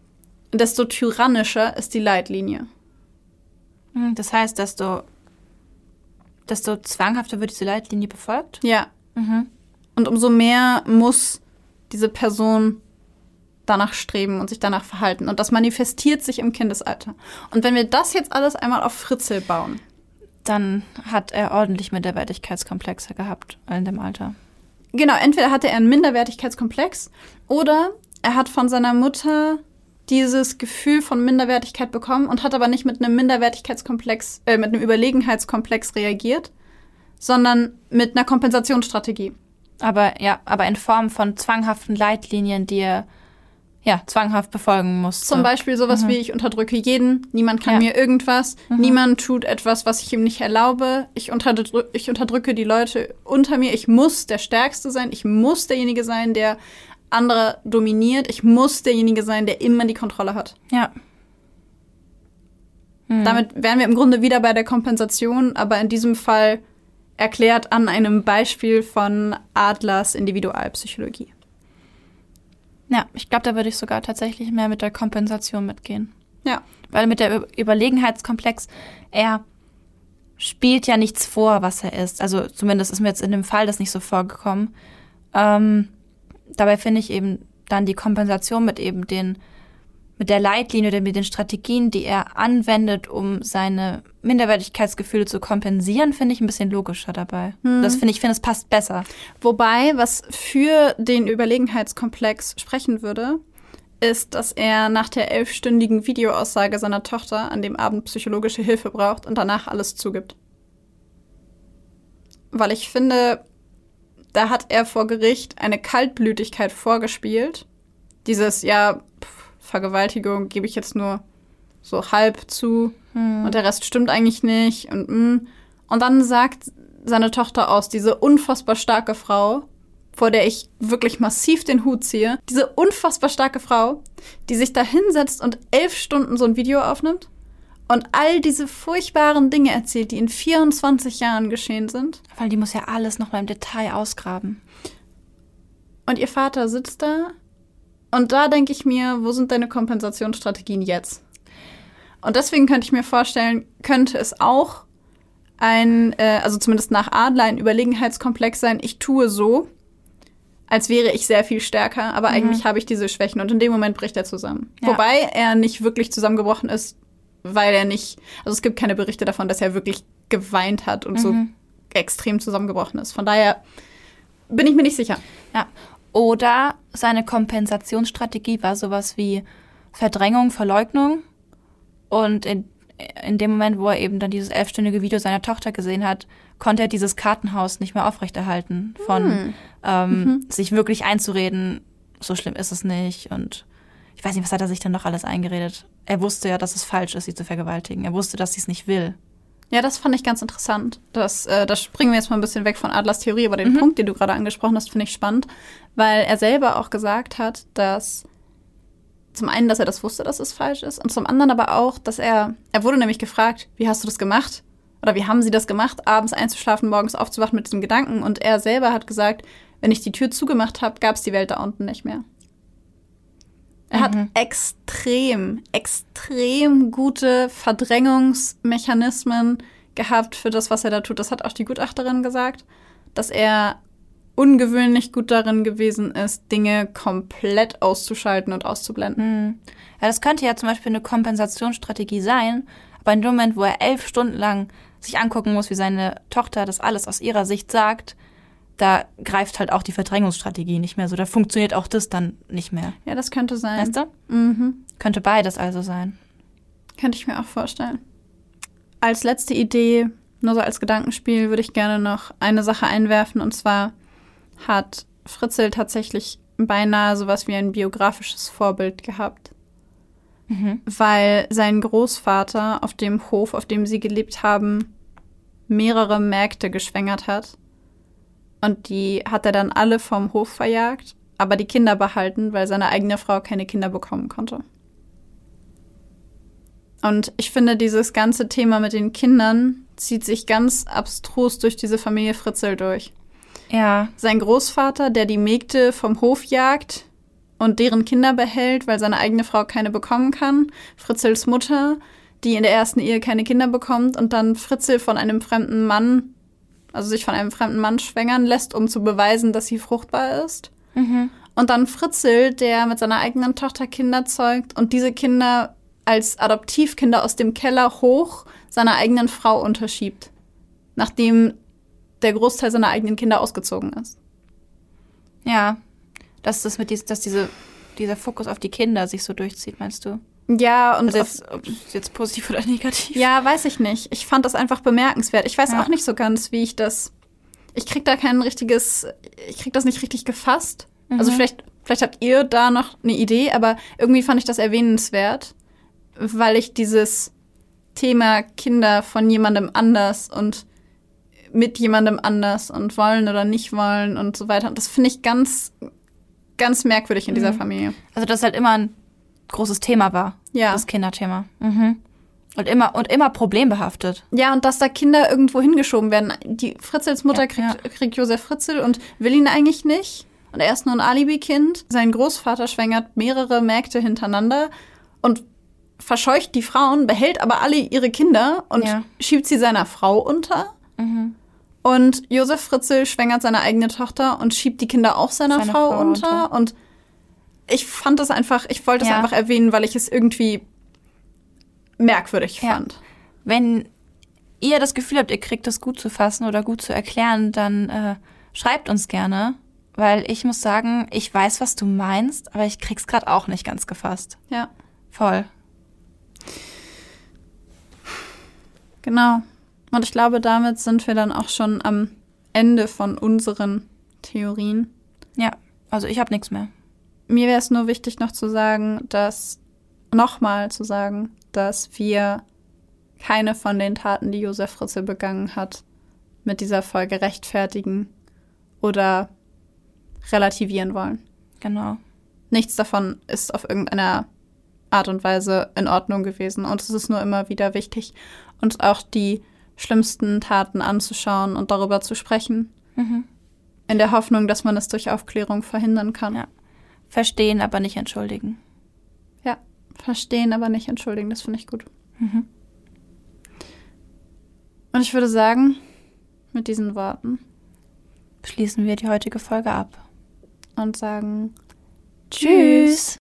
desto tyrannischer ist die Leitlinie. Das heißt, desto, desto zwanghafter wird diese Leitlinie befolgt? Ja. Mhm. Und umso mehr muss diese Person danach streben und sich danach verhalten. Und das manifestiert sich im Kindesalter. Und wenn wir das jetzt alles einmal auf Fritzl bauen, dann hat er ordentlich Minderwertigkeitskomplexe gehabt in dem Alter. Genau, entweder hatte er einen Minderwertigkeitskomplex oder er hat von seiner Mutter dieses Gefühl von Minderwertigkeit bekommen und hat aber nicht mit einem Minderwertigkeitskomplex, äh, mit einem Überlegenheitskomplex reagiert, sondern mit einer Kompensationsstrategie. Aber ja, aber in Form von zwanghaften Leitlinien, die er ja zwanghaft befolgen musste. Zum Beispiel sowas Mhm. wie, ich unterdrücke jeden, niemand kann Ja. mir irgendwas, Mhm. niemand tut etwas, was ich ihm nicht erlaube, ich, unterdrü- ich unterdrücke die Leute unter mir, ich muss der Stärkste sein, ich muss derjenige sein, der andere dominiert, ich muss derjenige sein, der immer die Kontrolle hat. Ja. Mhm. Damit wären wir im Grunde wieder bei der Kompensation, aber in diesem Fall erklärt an einem Beispiel von Adlers Individualpsychologie. Ja, ich glaube, da würde ich sogar tatsächlich mehr mit der Kompensation mitgehen. Ja. Weil mit der Ü- Überlegenheitskomplex, er spielt ja nichts vor, was er ist. Also zumindest ist mir jetzt in dem Fall das nicht so vorgekommen. Ähm, dabei finde ich eben dann die Kompensation mit eben den, mit der Leitlinie oder mit den Strategien, die er anwendet, um seine Minderwertigkeitsgefühle zu kompensieren, finde ich ein bisschen logischer dabei. Mhm. Das finde ich, finde es passt besser. Wobei, was für den Überlegenheitskomplex sprechen würde, ist, dass er nach der elfstündigen Videoaussage seiner Tochter an dem Abend psychologische Hilfe braucht und danach alles zugibt. Weil ich finde, da hat er vor Gericht eine Kaltblütigkeit vorgespielt. Dieses, ja, pff, Vergewaltigung gebe ich jetzt nur so halb zu Hm. und der Rest stimmt eigentlich nicht. Und, mm. und dann sagt seine Tochter aus, diese unfassbar starke Frau, vor der ich wirklich massiv den Hut ziehe, diese unfassbar starke Frau, die sich da hinsetzt und elf Stunden so ein Video aufnimmt und all diese furchtbaren Dinge erzählt, die in vierundzwanzig Jahren geschehen sind. Weil die muss ja alles noch mal im Detail ausgraben. Und ihr Vater sitzt da und da denke ich mir, wo sind deine Kompensationsstrategien jetzt? Und deswegen könnte ich mir vorstellen, könnte es auch ein, äh, also zumindest nach Adler, ein Überlegenheitskomplex sein, ich tue so, als wäre ich sehr viel stärker, aber Mhm. eigentlich habe ich diese Schwächen und in dem Moment bricht er zusammen. Ja. Wobei er nicht wirklich zusammengebrochen ist, weil er nicht, also es gibt keine Berichte davon, dass er wirklich geweint hat und so Mhm. extrem zusammengebrochen ist. Von daher bin ich mir nicht sicher. Ja. Oder seine Kompensationsstrategie war sowas wie Verdrängung, Verleugnung. Und in, in dem Moment, wo er eben dann dieses elfstündige Video seiner Tochter gesehen hat, konnte er dieses Kartenhaus nicht mehr aufrechterhalten. Von Hm. ähm, Mhm. sich wirklich einzureden, so schlimm ist es nicht. Und ich weiß nicht, was hat er sich dann noch alles eingeredet. Er wusste ja, dass es falsch ist, sie zu vergewaltigen. Er wusste, dass sie es nicht will. Ja, das fand ich ganz interessant. Das, äh, das springen wir jetzt mal ein bisschen weg von Adlers Theorie, aber den Mhm. Punkt, den du gerade angesprochen hast, finde ich spannend, weil er selber auch gesagt hat, dass zum einen, dass er das wusste, dass es falsch ist, und zum anderen aber auch, dass er, er wurde nämlich gefragt, wie hast du das gemacht? Oder wie haben sie das gemacht, abends einzuschlafen, morgens aufzuwachen mit diesem Gedanken? Und er selber hat gesagt, wenn ich die Tür zugemacht habe, gab es die Welt da unten nicht mehr. Er hat Mhm. extrem, extrem gute Verdrängungsmechanismen gehabt für das, was er da tut. Das hat auch die Gutachterin gesagt, dass er ungewöhnlich gut darin gewesen ist, Dinge komplett auszuschalten und auszublenden. Hm. Ja, das könnte ja zum Beispiel eine Kompensationsstrategie sein, aber in dem Moment, wo er elf Stunden lang sich angucken muss, wie seine Tochter das alles aus ihrer Sicht sagt, da greift halt auch die Verdrängungsstrategie nicht mehr so. Da funktioniert auch das dann nicht mehr. Ja, das könnte sein. Weißt du? Mhm. Könnte beides also sein. Könnte ich mir auch vorstellen. Als letzte Idee, nur so als Gedankenspiel, würde ich gerne noch eine Sache einwerfen. Und zwar hat Fritzl tatsächlich beinahe sowas wie ein biografisches Vorbild gehabt. Mhm. Weil sein Großvater auf dem Hof, auf dem sie gelebt haben, mehrere Mägde geschwängert hat. Und die hat er dann alle vom Hof verjagt, aber die Kinder behalten, weil seine eigene Frau keine Kinder bekommen konnte. Und ich finde, dieses ganze Thema mit den Kindern zieht sich ganz abstrus durch diese Familie Fritzl durch. Ja. Sein Großvater, der die Mägde vom Hof jagt, und deren Kinder behält, weil seine eigene Frau keine bekommen kann. Fritzels Mutter, die in der ersten Ehe keine Kinder bekommt und dann Fritzl von einem fremden Mann, also sich von einem fremden Mann schwängern lässt, um zu beweisen, dass sie fruchtbar ist. Mhm. Und dann Fritzl, der mit seiner eigenen Tochter Kinder zeugt und diese Kinder als Adoptivkinder aus dem Keller hoch seiner eigenen Frau unterschiebt, nachdem der Großteil seiner eigenen Kinder ausgezogen ist. Ja, dass das mit dies, dass diese, dieser Fokus auf die Kinder sich so durchzieht, meinst du? Ja, und Also jetzt, ob es jetzt positiv oder negativ? ja, weiß ich nicht. Ich fand das einfach bemerkenswert. Ich weiß Ja. auch nicht so ganz, wie ich das. Ich krieg da kein richtiges. Ich krieg das nicht richtig gefasst. Mhm. Also vielleicht, vielleicht habt ihr da noch eine Idee, aber irgendwie fand ich das erwähnenswert, weil ich dieses Thema Kinder von jemandem anders und mit jemandem anders und wollen oder nicht wollen und so weiter. Und das finde ich ganz, ganz merkwürdig in dieser Mhm. Familie. Also das halt immer ein großes Thema war, Ja. das Kinderthema. Mhm. Und immer und immer problembehaftet. Ja, und dass da Kinder irgendwo hingeschoben werden. Die Fritzels Mutter Ja, kriegt, ja. kriegt Josef Fritzl und will ihn eigentlich nicht. Und er ist nur ein Alibi-Kind. Sein Großvater schwängert mehrere Mägde hintereinander und verscheucht die Frauen, behält aber alle ihre Kinder und Ja. schiebt sie seiner Frau unter. Mhm. Und Josef Fritzl schwängert seine eigene Tochter und schiebt die Kinder auch seiner Seine Frau, Frau unter. unter. Und ich fand das einfach, ich wollte es Ja. einfach erwähnen, weil ich es irgendwie merkwürdig Ja. fand. Wenn ihr das Gefühl habt, ihr kriegt das gut zu fassen oder gut zu erklären, dann äh, schreibt uns gerne. Weil ich muss sagen, ich weiß, was du meinst, aber ich krieg's gerade auch nicht ganz gefasst. Ja, Voll. genau. Und ich glaube, damit sind wir dann auch schon am Ende von unseren Theorien. Ja, also ich habe nichts mehr. Mir wäre es nur wichtig, noch zu sagen, dass, nochmal zu sagen, dass wir keine von den Taten, die Josef Fritzl begangen hat, mit dieser Folge rechtfertigen oder relativieren wollen. Genau. Nichts davon ist auf irgendeiner Art und Weise in Ordnung gewesen. Und es ist nur immer wieder wichtig, uns auch die schlimmsten Taten anzuschauen und darüber zu sprechen. Mhm. In der Hoffnung, dass man es durch Aufklärung verhindern kann. Ja. Verstehen, aber nicht entschuldigen. Ja, verstehen, aber nicht entschuldigen. Das finde ich gut. Mhm. Und ich würde sagen, mit diesen Worten Schließen wir die heutige Folge ab. und sagen Tschüss.